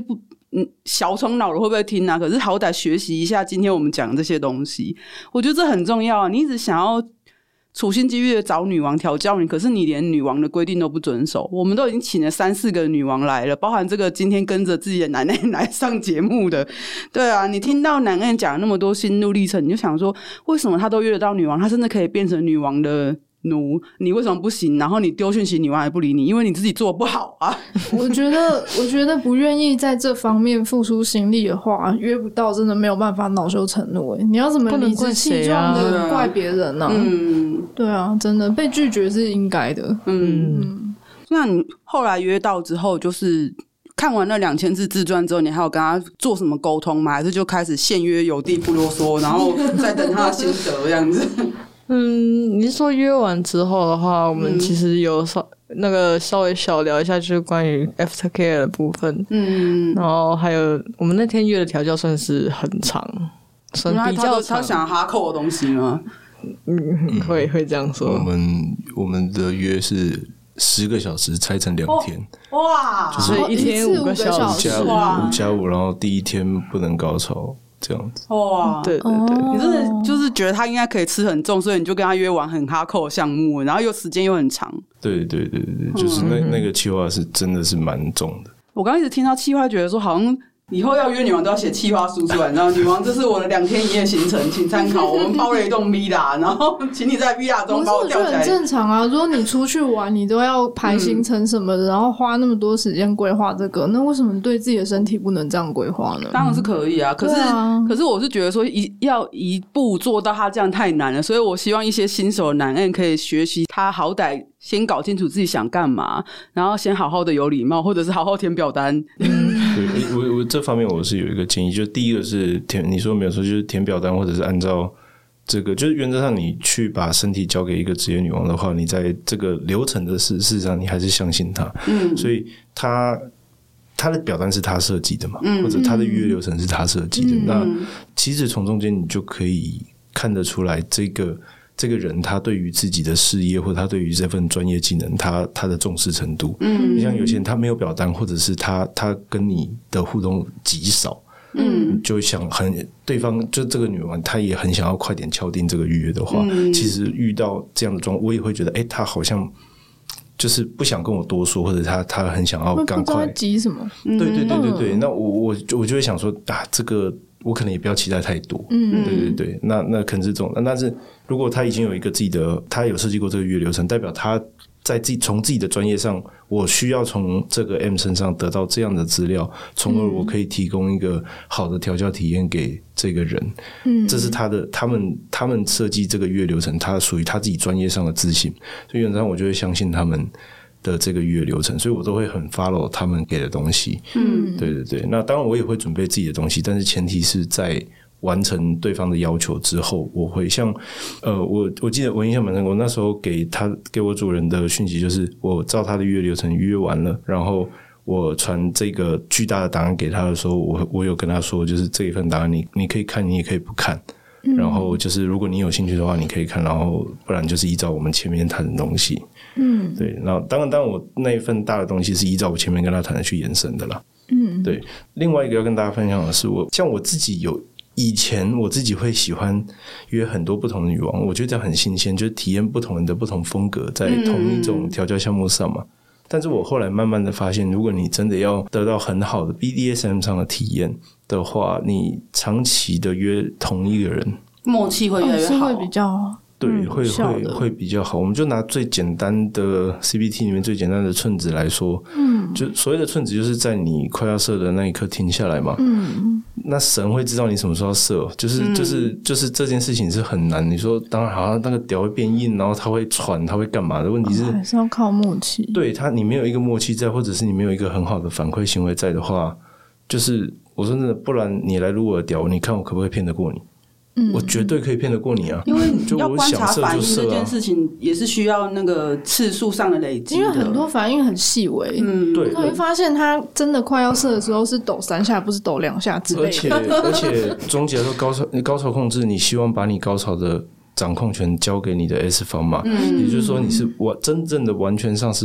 小虫老了会不会听啊？可是好歹学习一下今天我们讲的这些东西，我觉得这很重要啊。你一直想要处心积虑的找女王调教你，可是你连女王的规定都不遵守。我们都已经请了3-4个女王来了，包含这个今天跟着自己的男人来上节目的。对啊，你听到男人讲那么多心路历程，你就想说，为什么他都约得到女王，他真的可以变成女王的奴，你为什么不行？然后你丢讯息女王还不理你，因为你自己做不好啊。 我觉得不愿意在这方面付出心力的话，约不到真的没有办法恼羞成怒。你要怎么理直气壮的怪别人呢？对啊，真的被拒绝是应该的。 那你后来约到之后，就是看完那2000字自传之后，你还有跟他做什么沟通吗？还是就开始现约有地不啰嗦，然后再等他的心得这样子？ 你是说约完之后的话，我们其实有稍微小聊一下，就是关于 aftercare 的部分。然后还有我们那天约的调教算是很长，算比较长。 他想哈扣的东西吗？ 会这样说。 我们的约是10个小时拆成2天， 哇， 就是一天5个小时 5+5，然后第一天不能高潮。这样子哇， 对， 你真的就是觉得他应该可以吃很重，所以你就跟他约完很哈扣的项目，然后又时间又很长。 对，就是那个企划是真的是蛮重的。 我刚一直听到企划，觉得说好像以后要约女王都要写企划书出来，然后女王这是我的2天1夜行程，请参考。我们包了一栋 villa， 然后请你在 villa 中把我吊起来。 很正常啊，如果你出去玩，你都要排行程什么的，然后花那么多时间规划这个，那为什么对自己的身体不能这样规划呢？ 当然是可以啊，可是我是觉得说要一步做到他这样太难了，所以我希望一些新手的男人可以学习他好歹先搞清楚自己想干嘛，然后先好好的有礼貌，或者是好好填表单。 对，我这方面我是有一个建议，就第一个是你说没有错，就是填表单或者是按照这个，就是原则上你去把身体交给一个职业女王的话，你在这个流程的事实上你还是相信她，所以他的表单是他设计的嘛，或者他的预约流程是他设计的，那其实从中间你就可以看得出来这个人他对于自己的事业或他对于这份专业技能他的重视程度，你像有些人他没有表单，或者是他跟你的互动极少，就想对方就这个女王她也很想要快点敲定这个预约的话，其实遇到这样的状况，我也会觉得她好像就是不想跟我多说，或者他很想要赶快急什么？ 对，那我就会想说这个我可能也不要期待太多，对，那可能是这种，但是如果他已经有一个自己的，他有设计过这个预约流程，代表他在从自己的专业上，我需要从这个 M 身上得到这样的资料，从而我可以提供一个好的调教体验给这个人，这是他们设计这个预约流程，他属于他自己专业上的自信，所以原则上我就会相信他们的这个预约流程，所以我都会很 follow 他们给的东西。对，那当然我也会准备自己的东西，但是前提是在完成对方的要求之后，我会像我记得我印象蛮深，我那时候给我主人的讯息就是我照他的预约流程预约完了，然后我传这个巨大的档案给他的时候，我有跟他说，就是这一份档案你可以看，你也可以不看。然后就是如果你有兴趣的话你可以看，然后不然就是依照我们前面谈的东西，对，然后当然我那一份大的东西是依照我前面跟他谈的去延伸的啦，对。另外一个要跟大家分享的是，像我自己以前我自己会喜欢约很多不同的女王，我觉得这样很新鲜，就是体验不同人的不同风格在同一种调教项目上嘛。但是我后来慢慢的发现，如果你真的要得到很好的 BDSM 上的体验的话，你长期的约同一个人， 默契会越来越好， 是会比较对，会比较好。我们就拿最简单的 CBT 里面最简单的寸止来说，就所谓的寸止就是在你快要射的那一刻停下来嘛。那神会知道你什么时候要射，就是这件事情是很难。你说当然好像那个屌会变硬，然后他会喘，他会干嘛的问题是， 还是要靠默契。 对你没有一个默契在，或者是你没有一个很好的反馈行为在的话，就是我说真的，不然你来撸我的屌，你看我可不可以骗得过你？我绝对可以骗得过你啊！因为要观察反应这件事情，也是需要那个次数上的累积的。 因为很多反应很细微， 对， 你会发现他真的快要射的时候是抖3下，不是抖2下之类的。 而且终极来说，高潮控制，你希望把你高潮的掌控权交给你的 S 方嘛？也就是说，你是真正的完全上是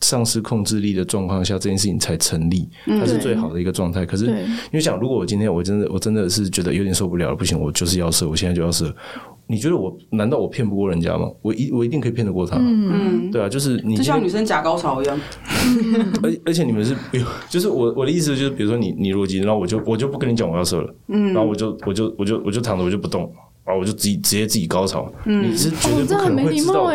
丧失控制力的状况下，这件事情才成立，它是最好的一个状态。可是因为想，如果我今天我真的是觉得有点受不了了，不行，我就是要射，我现在就要射。你觉得难道我骗不过人家吗？我一定可以骗得过他。对啊，就是你就像女生假高潮一样。 而且你们是，就是我的意思就是，比如说你如果急，然后我就不跟你讲我要射了，然后我就躺着我就不动。然后我就直接自己高潮，你是绝对不可能会知道。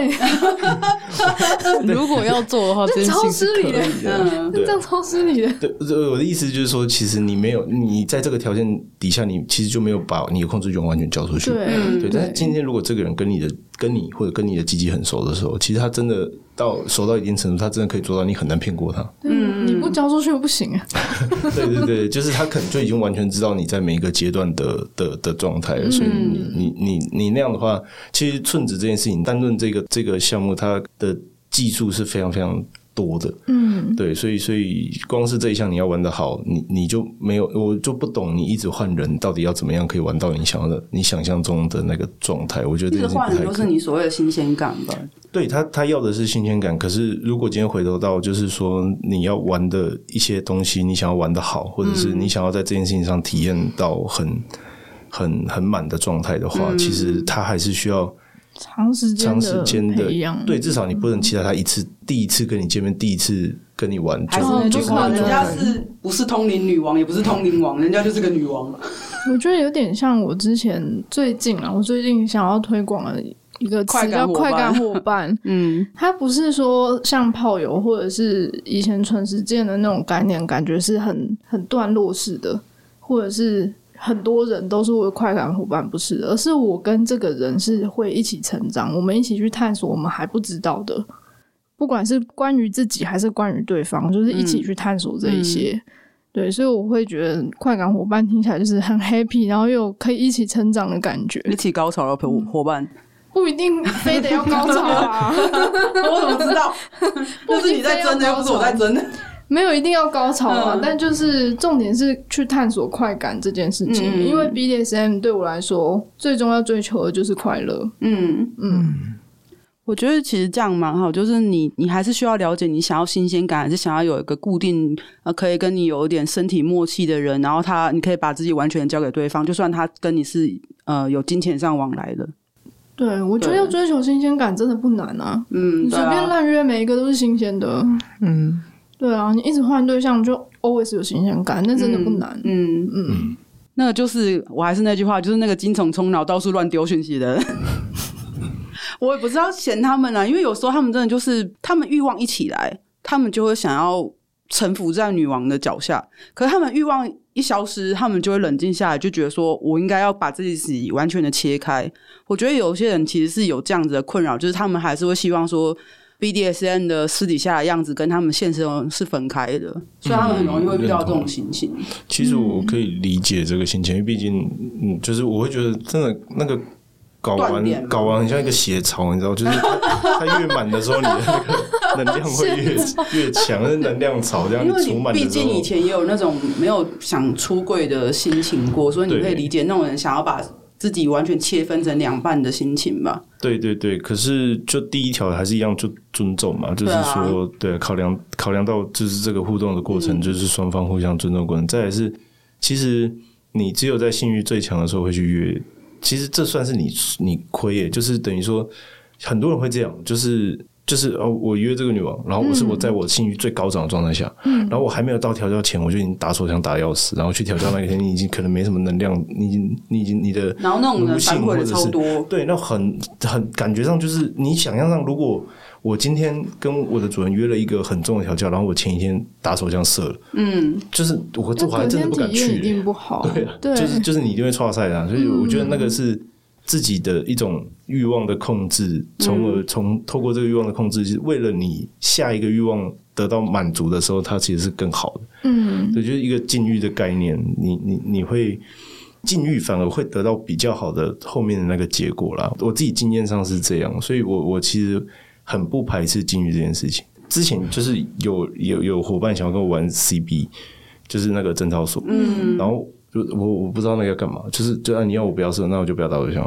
如果要做的话，这件事情是可以的。 这样超失礼的。 对，我的意思就是说，其实你在这个条件底下，你其实就没有把你的控制权完全交出去。对，但是今天如果这个人跟你或者跟你的鸡鸡很熟的时候，其实他真的熟到一定程度，他真的可以做到你很难骗过他。 你不交出去不行啊。 对，就是他可能就已经完全知道你在每一个阶段的状态了，所以你那样的话，其实寸指这件事情，单论这个项目，它的技术是非常非常多的。对，所以光是这一项你要玩得好，你就没有，我就不懂你一直换人到底要怎么样可以玩到你想象中的那个状态。我觉得这件事情不太可能。一直换人就是你所谓的新鲜感吧。 对，他要的是新鲜感，可是如果今天回头到就是说你要玩的一些东西，你想要玩得好，或者是你想要在这件事情上体验到很满的状态的话，其实他还是需要长时间的培养。 对，至少你不能期待他第一次跟你见面，第一次跟你玩， 还是那句话，人家是不是通灵女王，也不是通灵王，人家就是个女王。 我觉得有点像我最近想要推广的一个词叫快感伙伴。它不是说像炮友或者是以前纯实践的那种概念，感觉是很段落式的，或者是很多人都是我的快感伙伴，不是的，而是我跟这个人是会一起成长，我们一起去探索我们还不知道的，不管是关于自己还是关于对方，就是一起去探索这一些。对，所以我会觉得快感伙伴听起来就是很 happy， 然后又有可以一起成长的感觉。 一起高潮的伙伴。 不一定非得要高潮啊。 我怎么知道？就是你在争的，又不是我在争的。 没有一定要高潮啊，但就是重点是去探索快感这件事情。因为 BDSM 对我来说，最终要追求的就是快乐。 我觉得其实这样蛮好，就是你还是需要了解你想要新鲜感，还是想要有一个固定可以跟你有一点身体默契的人，然后你可以把自己完全交给对方，就算他跟你是有金钱上往来的。 对，我觉得要追求新鲜感真的不难啊。你随便乱约，每一个都是新鲜的。对啊，你一直换对象就 always 有新鲜感，那真的不难。 那个就是我还是那句话，就是那个精虫充脑到处乱丢讯息的人。我也不是要嫌他们啊，因为有时候他们真的就是他们欲望一起来，他们就会想要臣服在女王的脚下，可是他们欲望一消失，他们就会冷静下来，就觉得说我应该要把自己完全的切开。我觉得有些人其实是有这样子的困扰，就是他们还是会希望说 BDSM 的私底下的样子跟他们现实是分开的，所以他们很容易会遇到这种心情。 其实我可以理解这个心情，因为毕竟就是我会觉得真的那个搞完很像一个血槽，你知道，就是它越满的时候，你的那个能量会越强，是能量槽这样储满的时候。 毕竟以前也有那种没有想出柜的心情过，所以你可以理解那种人想要把自己完全切分成两半的心情吧。 对对对，可是就第一条还是一样，就尊重嘛，就是说对考量到就是这个互动的过程，就是双方互相尊重的过程。再来是，其实你只有在性欲最强的时候会去约。其实这算是你亏耶，就是等于说很多人会这样，就是我约这个女王，然后我在我性欲最高涨的状态下，然后我还没有到调教前，我就已经打手枪打要死，然后去调教那一天，你已经可能没什么能量，你的然后那种人反馈的超多， 对，那很感觉上就是你想象上，如果我今天跟我的主人约了一个很重的调教，然后我前一天打手枪射了，就是我还真的不敢去， 一定不好， 对，就是你一定会挫赛的，所以我觉得那个是自己的一种欲望的控制，透过这个欲望的控制，为了你下一个欲望得到满足的时候，它其实是更好的。对，就是一个禁欲的概念，你会禁欲反而会得到比较好的后面的那个结果啦。我自己经验上是这样，所以我其实很不排斥禁欲这件事情。之前就是有伙伴想要跟我玩 CB， 就是那个贞操所，然后我不知道那个要干嘛，就你要我不要射，那我就不要打手枪了。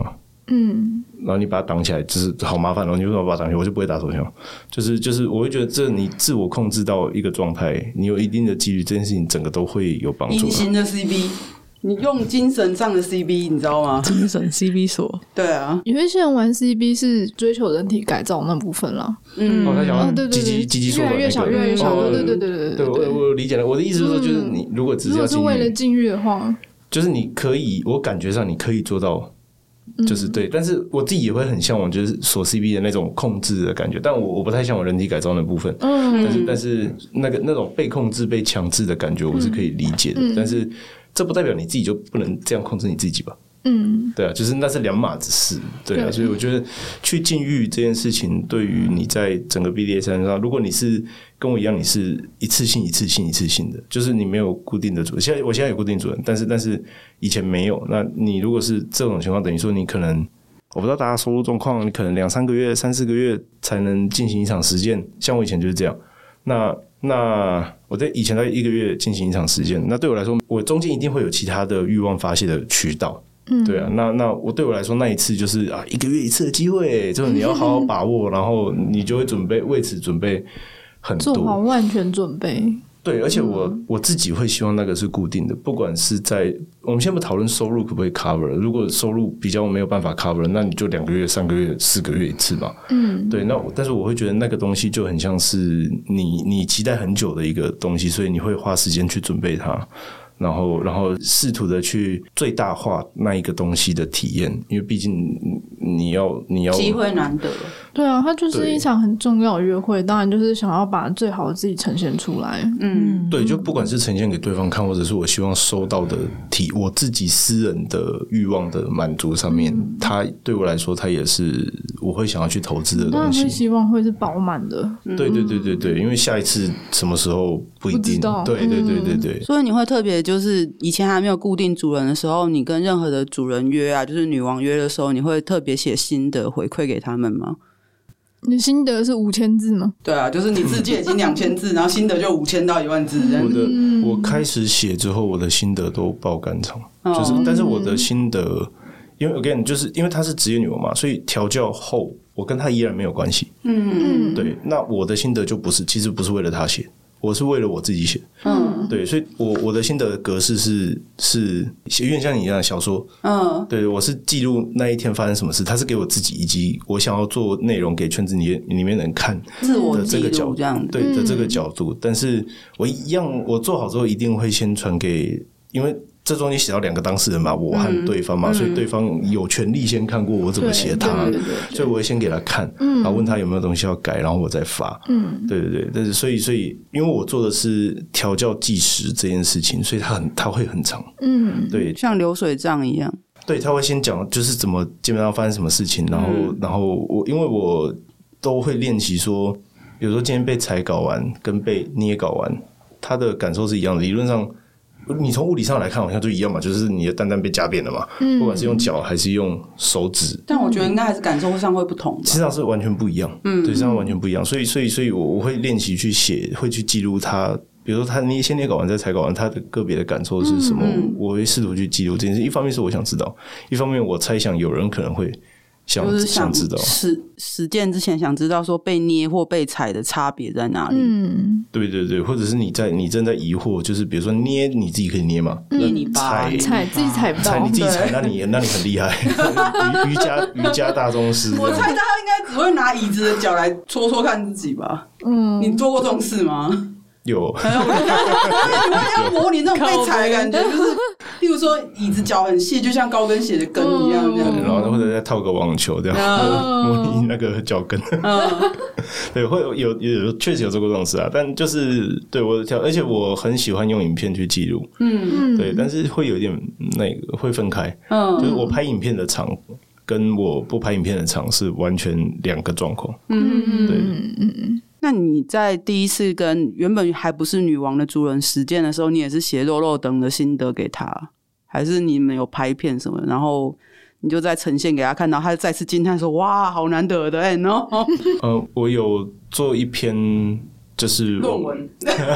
然后你把它挡起来，就是好麻烦，然后你为什么把它挡起来？我就不会打手枪，就是我会觉得这你自我控制到一个状态，你有一定的纪律，这件事情整个都会有帮助。 隐形的 CB。你用精神上的 CB 你知道吗？ 精神 CB 锁， 对啊， 有一些人玩 CB 是追求人体改造那部分啦。 他想要对对对， 鸡鸡缩短， 越来越小，越来越小。对， 我理解了。我的意思是说，就是你如果只是要禁欲， 如果是为了禁欲的话， 就是你可以，我感觉上你可以做到。就是对，但是我自己也会很向往，就是锁 CB 的那种控制的感觉，但我不太向往人体改造那部分。但是那种被控制、被强制的感觉，我是可以理解的。但是这不代表你自己就不能这样控制你自己吧？对啊，就是那是两码子事，对啊，所以我觉得去禁欲这件事情，对于你在整个 BDSM 上，如果你是跟我一样，你是一次性的，就是你没有固定的主人，我现在有固定主人，但是以前没有。那你如果是这种情况，等于说你可能我不知道大家收入状况，你可能2-3个月、3-4个月才能进行一场实践，像我以前就是这样。那我在以前在1个月进行一场实践，那对我来说，我中间一定会有其他的欲望发泄的渠道。对啊，那对我来说那一次就是1个月1次的机会，就是你要好好把握，然后你就会为此准备很多， 做好万全准备。 对，而且我自己会希望那个是固定的，不管是在我们先不讨论收入可不可以 cover， 如果收入比较没有办法 cover， 那你就2个月、3个月、4个月一次嘛。对，但是我会觉得那个东西就很像是你期待很久的一个东西，所以你会花时间去准备它。然后试图的去最大化那一个东西的体验，因为毕竟你要机会难得。 对啊，它就是一场很重要的约会，当然就是想要把最好的自己呈现出来。 对，就不管是呈现给对方看，或者是我希望收到的我自己私人的欲望的满足上面，它对我来说，它也是我会想要去投资的东西。 当然会希望会是饱满的。 对，因为下一次什么时候不一定。不知道。对。 所以你会特别就是以前还没有固定主人的时候，你跟任何的主人约啊，就是女王约的时候，你会特别写心得回馈给他们吗？ 你的心得是5000字吗？ 对啊，就是你字界已经2000字，然后心得就5000到10000字。 我开始写之后，我的心得都爆肝长，就是但是我的心得，因为 again 就是因为她是职业女王嘛，所以调教后我跟她依然没有关系。对，那我的心得就其实不是为了她写。我是为了我自己写，对，所以我的心得格式是有点像你一样的小说，对，我是记录那一天发生什么事，它是给我自己以及我想要做内容给圈子里面人看的这个角度，对的这个角度，但是我做好之后一定会先传给，因为这中间写到2个当事人嘛，我和对方嘛，所以对方有权利先看过我怎么写他，所以我会先给他看，然后问他有没有东西要改，然后我再发。对，但是所以因为我做的是调教计时这件事情，所以它会很长。对， 像流水账一样。 对，他会先讲就是怎么基本上发生什么事情，然后因为我都会练习说，比如说今天被踩睾丸跟被捏睾丸，他的感受是一样的，理论上。你从物理上来看好像就一样嘛，就是你的蛋蛋被夹扁了嘛，不管是用脚还是用手指， 但我觉得应该还是感受上会不同吧， 实际上是完全不一样，对，实际上完全不一样，所以我会练习去写，会去记录它，比如说他先捏睾丸再踩睾丸，他的个别的感受是什么，我会试图去记录这件事，一方面是我想知道，一方面我猜想有人可能会想知道， 实践之前想知道说被捏或被踩的差别在哪里。 对，或者是你正在疑惑，就是比如说捏你自己可以捏嘛， 捏你吧， 踩自己踩不到， 踩你自己踩，那你很厉害，瑜伽大宗师。 我猜他应该只会拿椅子的脚来戳戳看自己吧。你做过这种事吗？ 有， 我要模拟那种被踩的感觉，就是例如说椅子脚很细，就像高跟鞋的跟一样，这样， 然后或者再套个网球这样，模拟那个脚跟。对，会有确实有做过这种事啊，但就是对我而且我很喜欢用影片去记录，对，但是会有一点会分开，就是我拍影片的场跟我不拍影片的场是完全2个状况，对。 那你在第一次跟原本还不是女王的主人实践的时候，你也是写肉肉等的心得给他，还是你们有拍片什么，然后你就再呈现给他看到，他再次惊叹说：“哇，好难得的no？” 我有做一篇就是论文，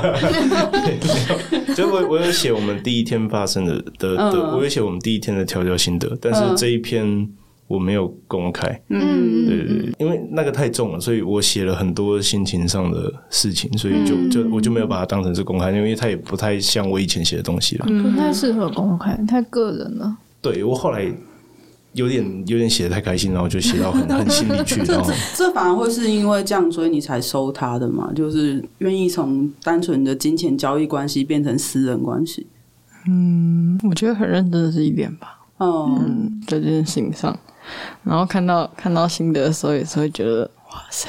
就我有写我们第一天发生的，我有写我们第一天的调教心得，但是这一篇我没有公开。对对对，因为那个太重了，所以我写了很多心情上的事情，所以我就没有把它当成是公开，因为它也不太像我以前写的东西了， 不太适合公开，太个人了。 对，我后来有点写得太开心，然后就写到很心里去。 这反而会是因为这样，所以你才收他的嘛？就是愿意从单纯的金钱交易关系变成私人关系。 我觉得很认真的是一点吧。在这件事情上，然后看到心得的时候，也是会觉得哇塞。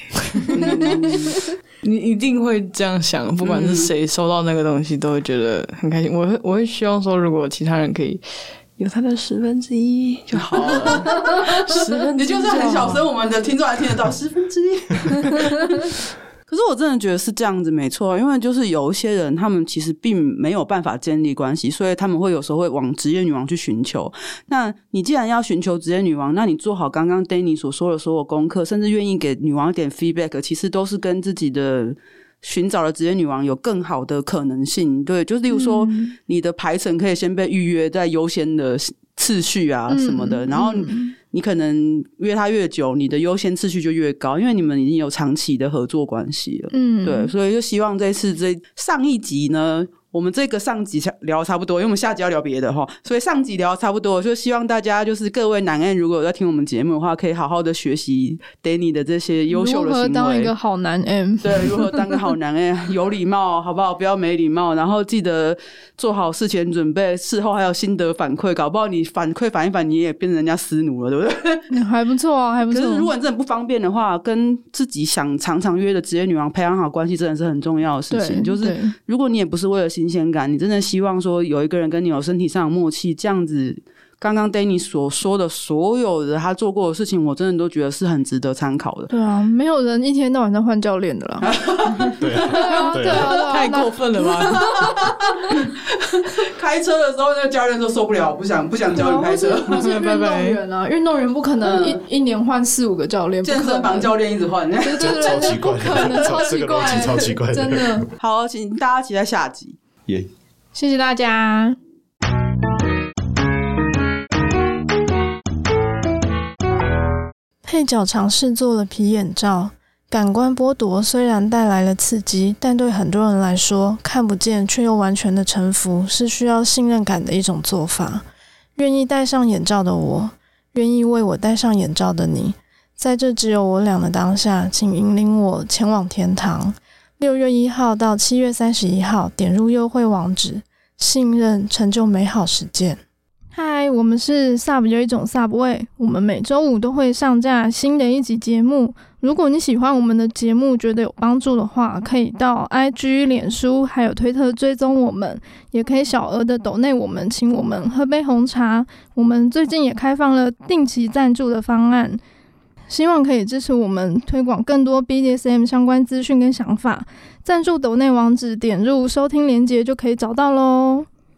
你一定会这样想，不管是谁收到那个东西，都会觉得很开心。我会希望说，如果其他人可以有他的1/10就好了，1/10， 你就算很小声，我们的听众还听得到1/10。可是我真的觉得是这样子没错，因为就是有一些人他们其实并没有办法建立关系，所以他们会有时候会往职业女王去寻求。那你既然要寻求职业女王，那你做好刚刚 Danny 所说的所有功课，甚至愿意给女王一点 feedback， 其实都是跟自己的寻找的职业女王有更好的可能性。对，就是例如说你的排程可以先被预约在优先的次序啊什么的，然后你可能约他越久，你的优先次序就越高，因为你们已经有长期的合作关系了。对，所以就希望这次上一集呢，我们这个上集聊得差不多，因为我们下集要聊别的齁，所以上集聊得差不多，就希望大家就是各位男人如果有在听我们节目的话，可以好好的学习 Danny 的这些优秀的行为， 如何当一个好男 M。 对，如何当个好男人，有礼貌好不好，不要没礼貌，然后记得做好事前准备，事后还有心得反馈，搞不好你反馈反一反，你也变成人家私奴了，对不对？ 还不错啊，还不错。 可是如果你真的不方便的话，跟自己想常常约的职业女王培养好关系，真的是很重要的事情。就是如果你也不是为了新鲜感，你真的希望说有一个人跟你有身体上的默契，这样子刚刚 Danny 所说的所有的他做过的事情，我真的都觉得是很值得参考的。 对啊，没有人一天到晚在换教练的啦。 对啊， 太过分了吧。 开车的时候那个教练都受不了，不想教你开车。 或是运动员啊，运动员不可能一年换4-5个教练， 健身房教练一直换， 超奇怪， 不可能，超奇怪， 这个逻辑超奇怪的， 真的。 好，请大家期待下集。 谢谢大家。配角尝试做了皮眼罩，感官剥夺虽然带来了刺激，但对很多人来说，看不见却又完全的臣服是需要信任感的一种做法。愿意戴上眼罩的我，愿意为我戴上眼罩的你，在这只有我俩的当下，请引领我前往天堂。6月1号到7月31号，点入优惠网址，信任成就美好实践。嗨，我们是 Sub 有一种 Subway， 我们每周5都会上架新的一集节目。如果你喜欢我们的节目，觉得有帮助的话，可以到 IG、脸书还有推特追踪我们，也可以小额的抖内我们，请我们喝杯红茶。我们最近也开放了定期赞助的方案，希望可以支持我们推广更多 BDSM 相关资讯跟想法。赞助抖内网址点入收听连结就可以找到咯。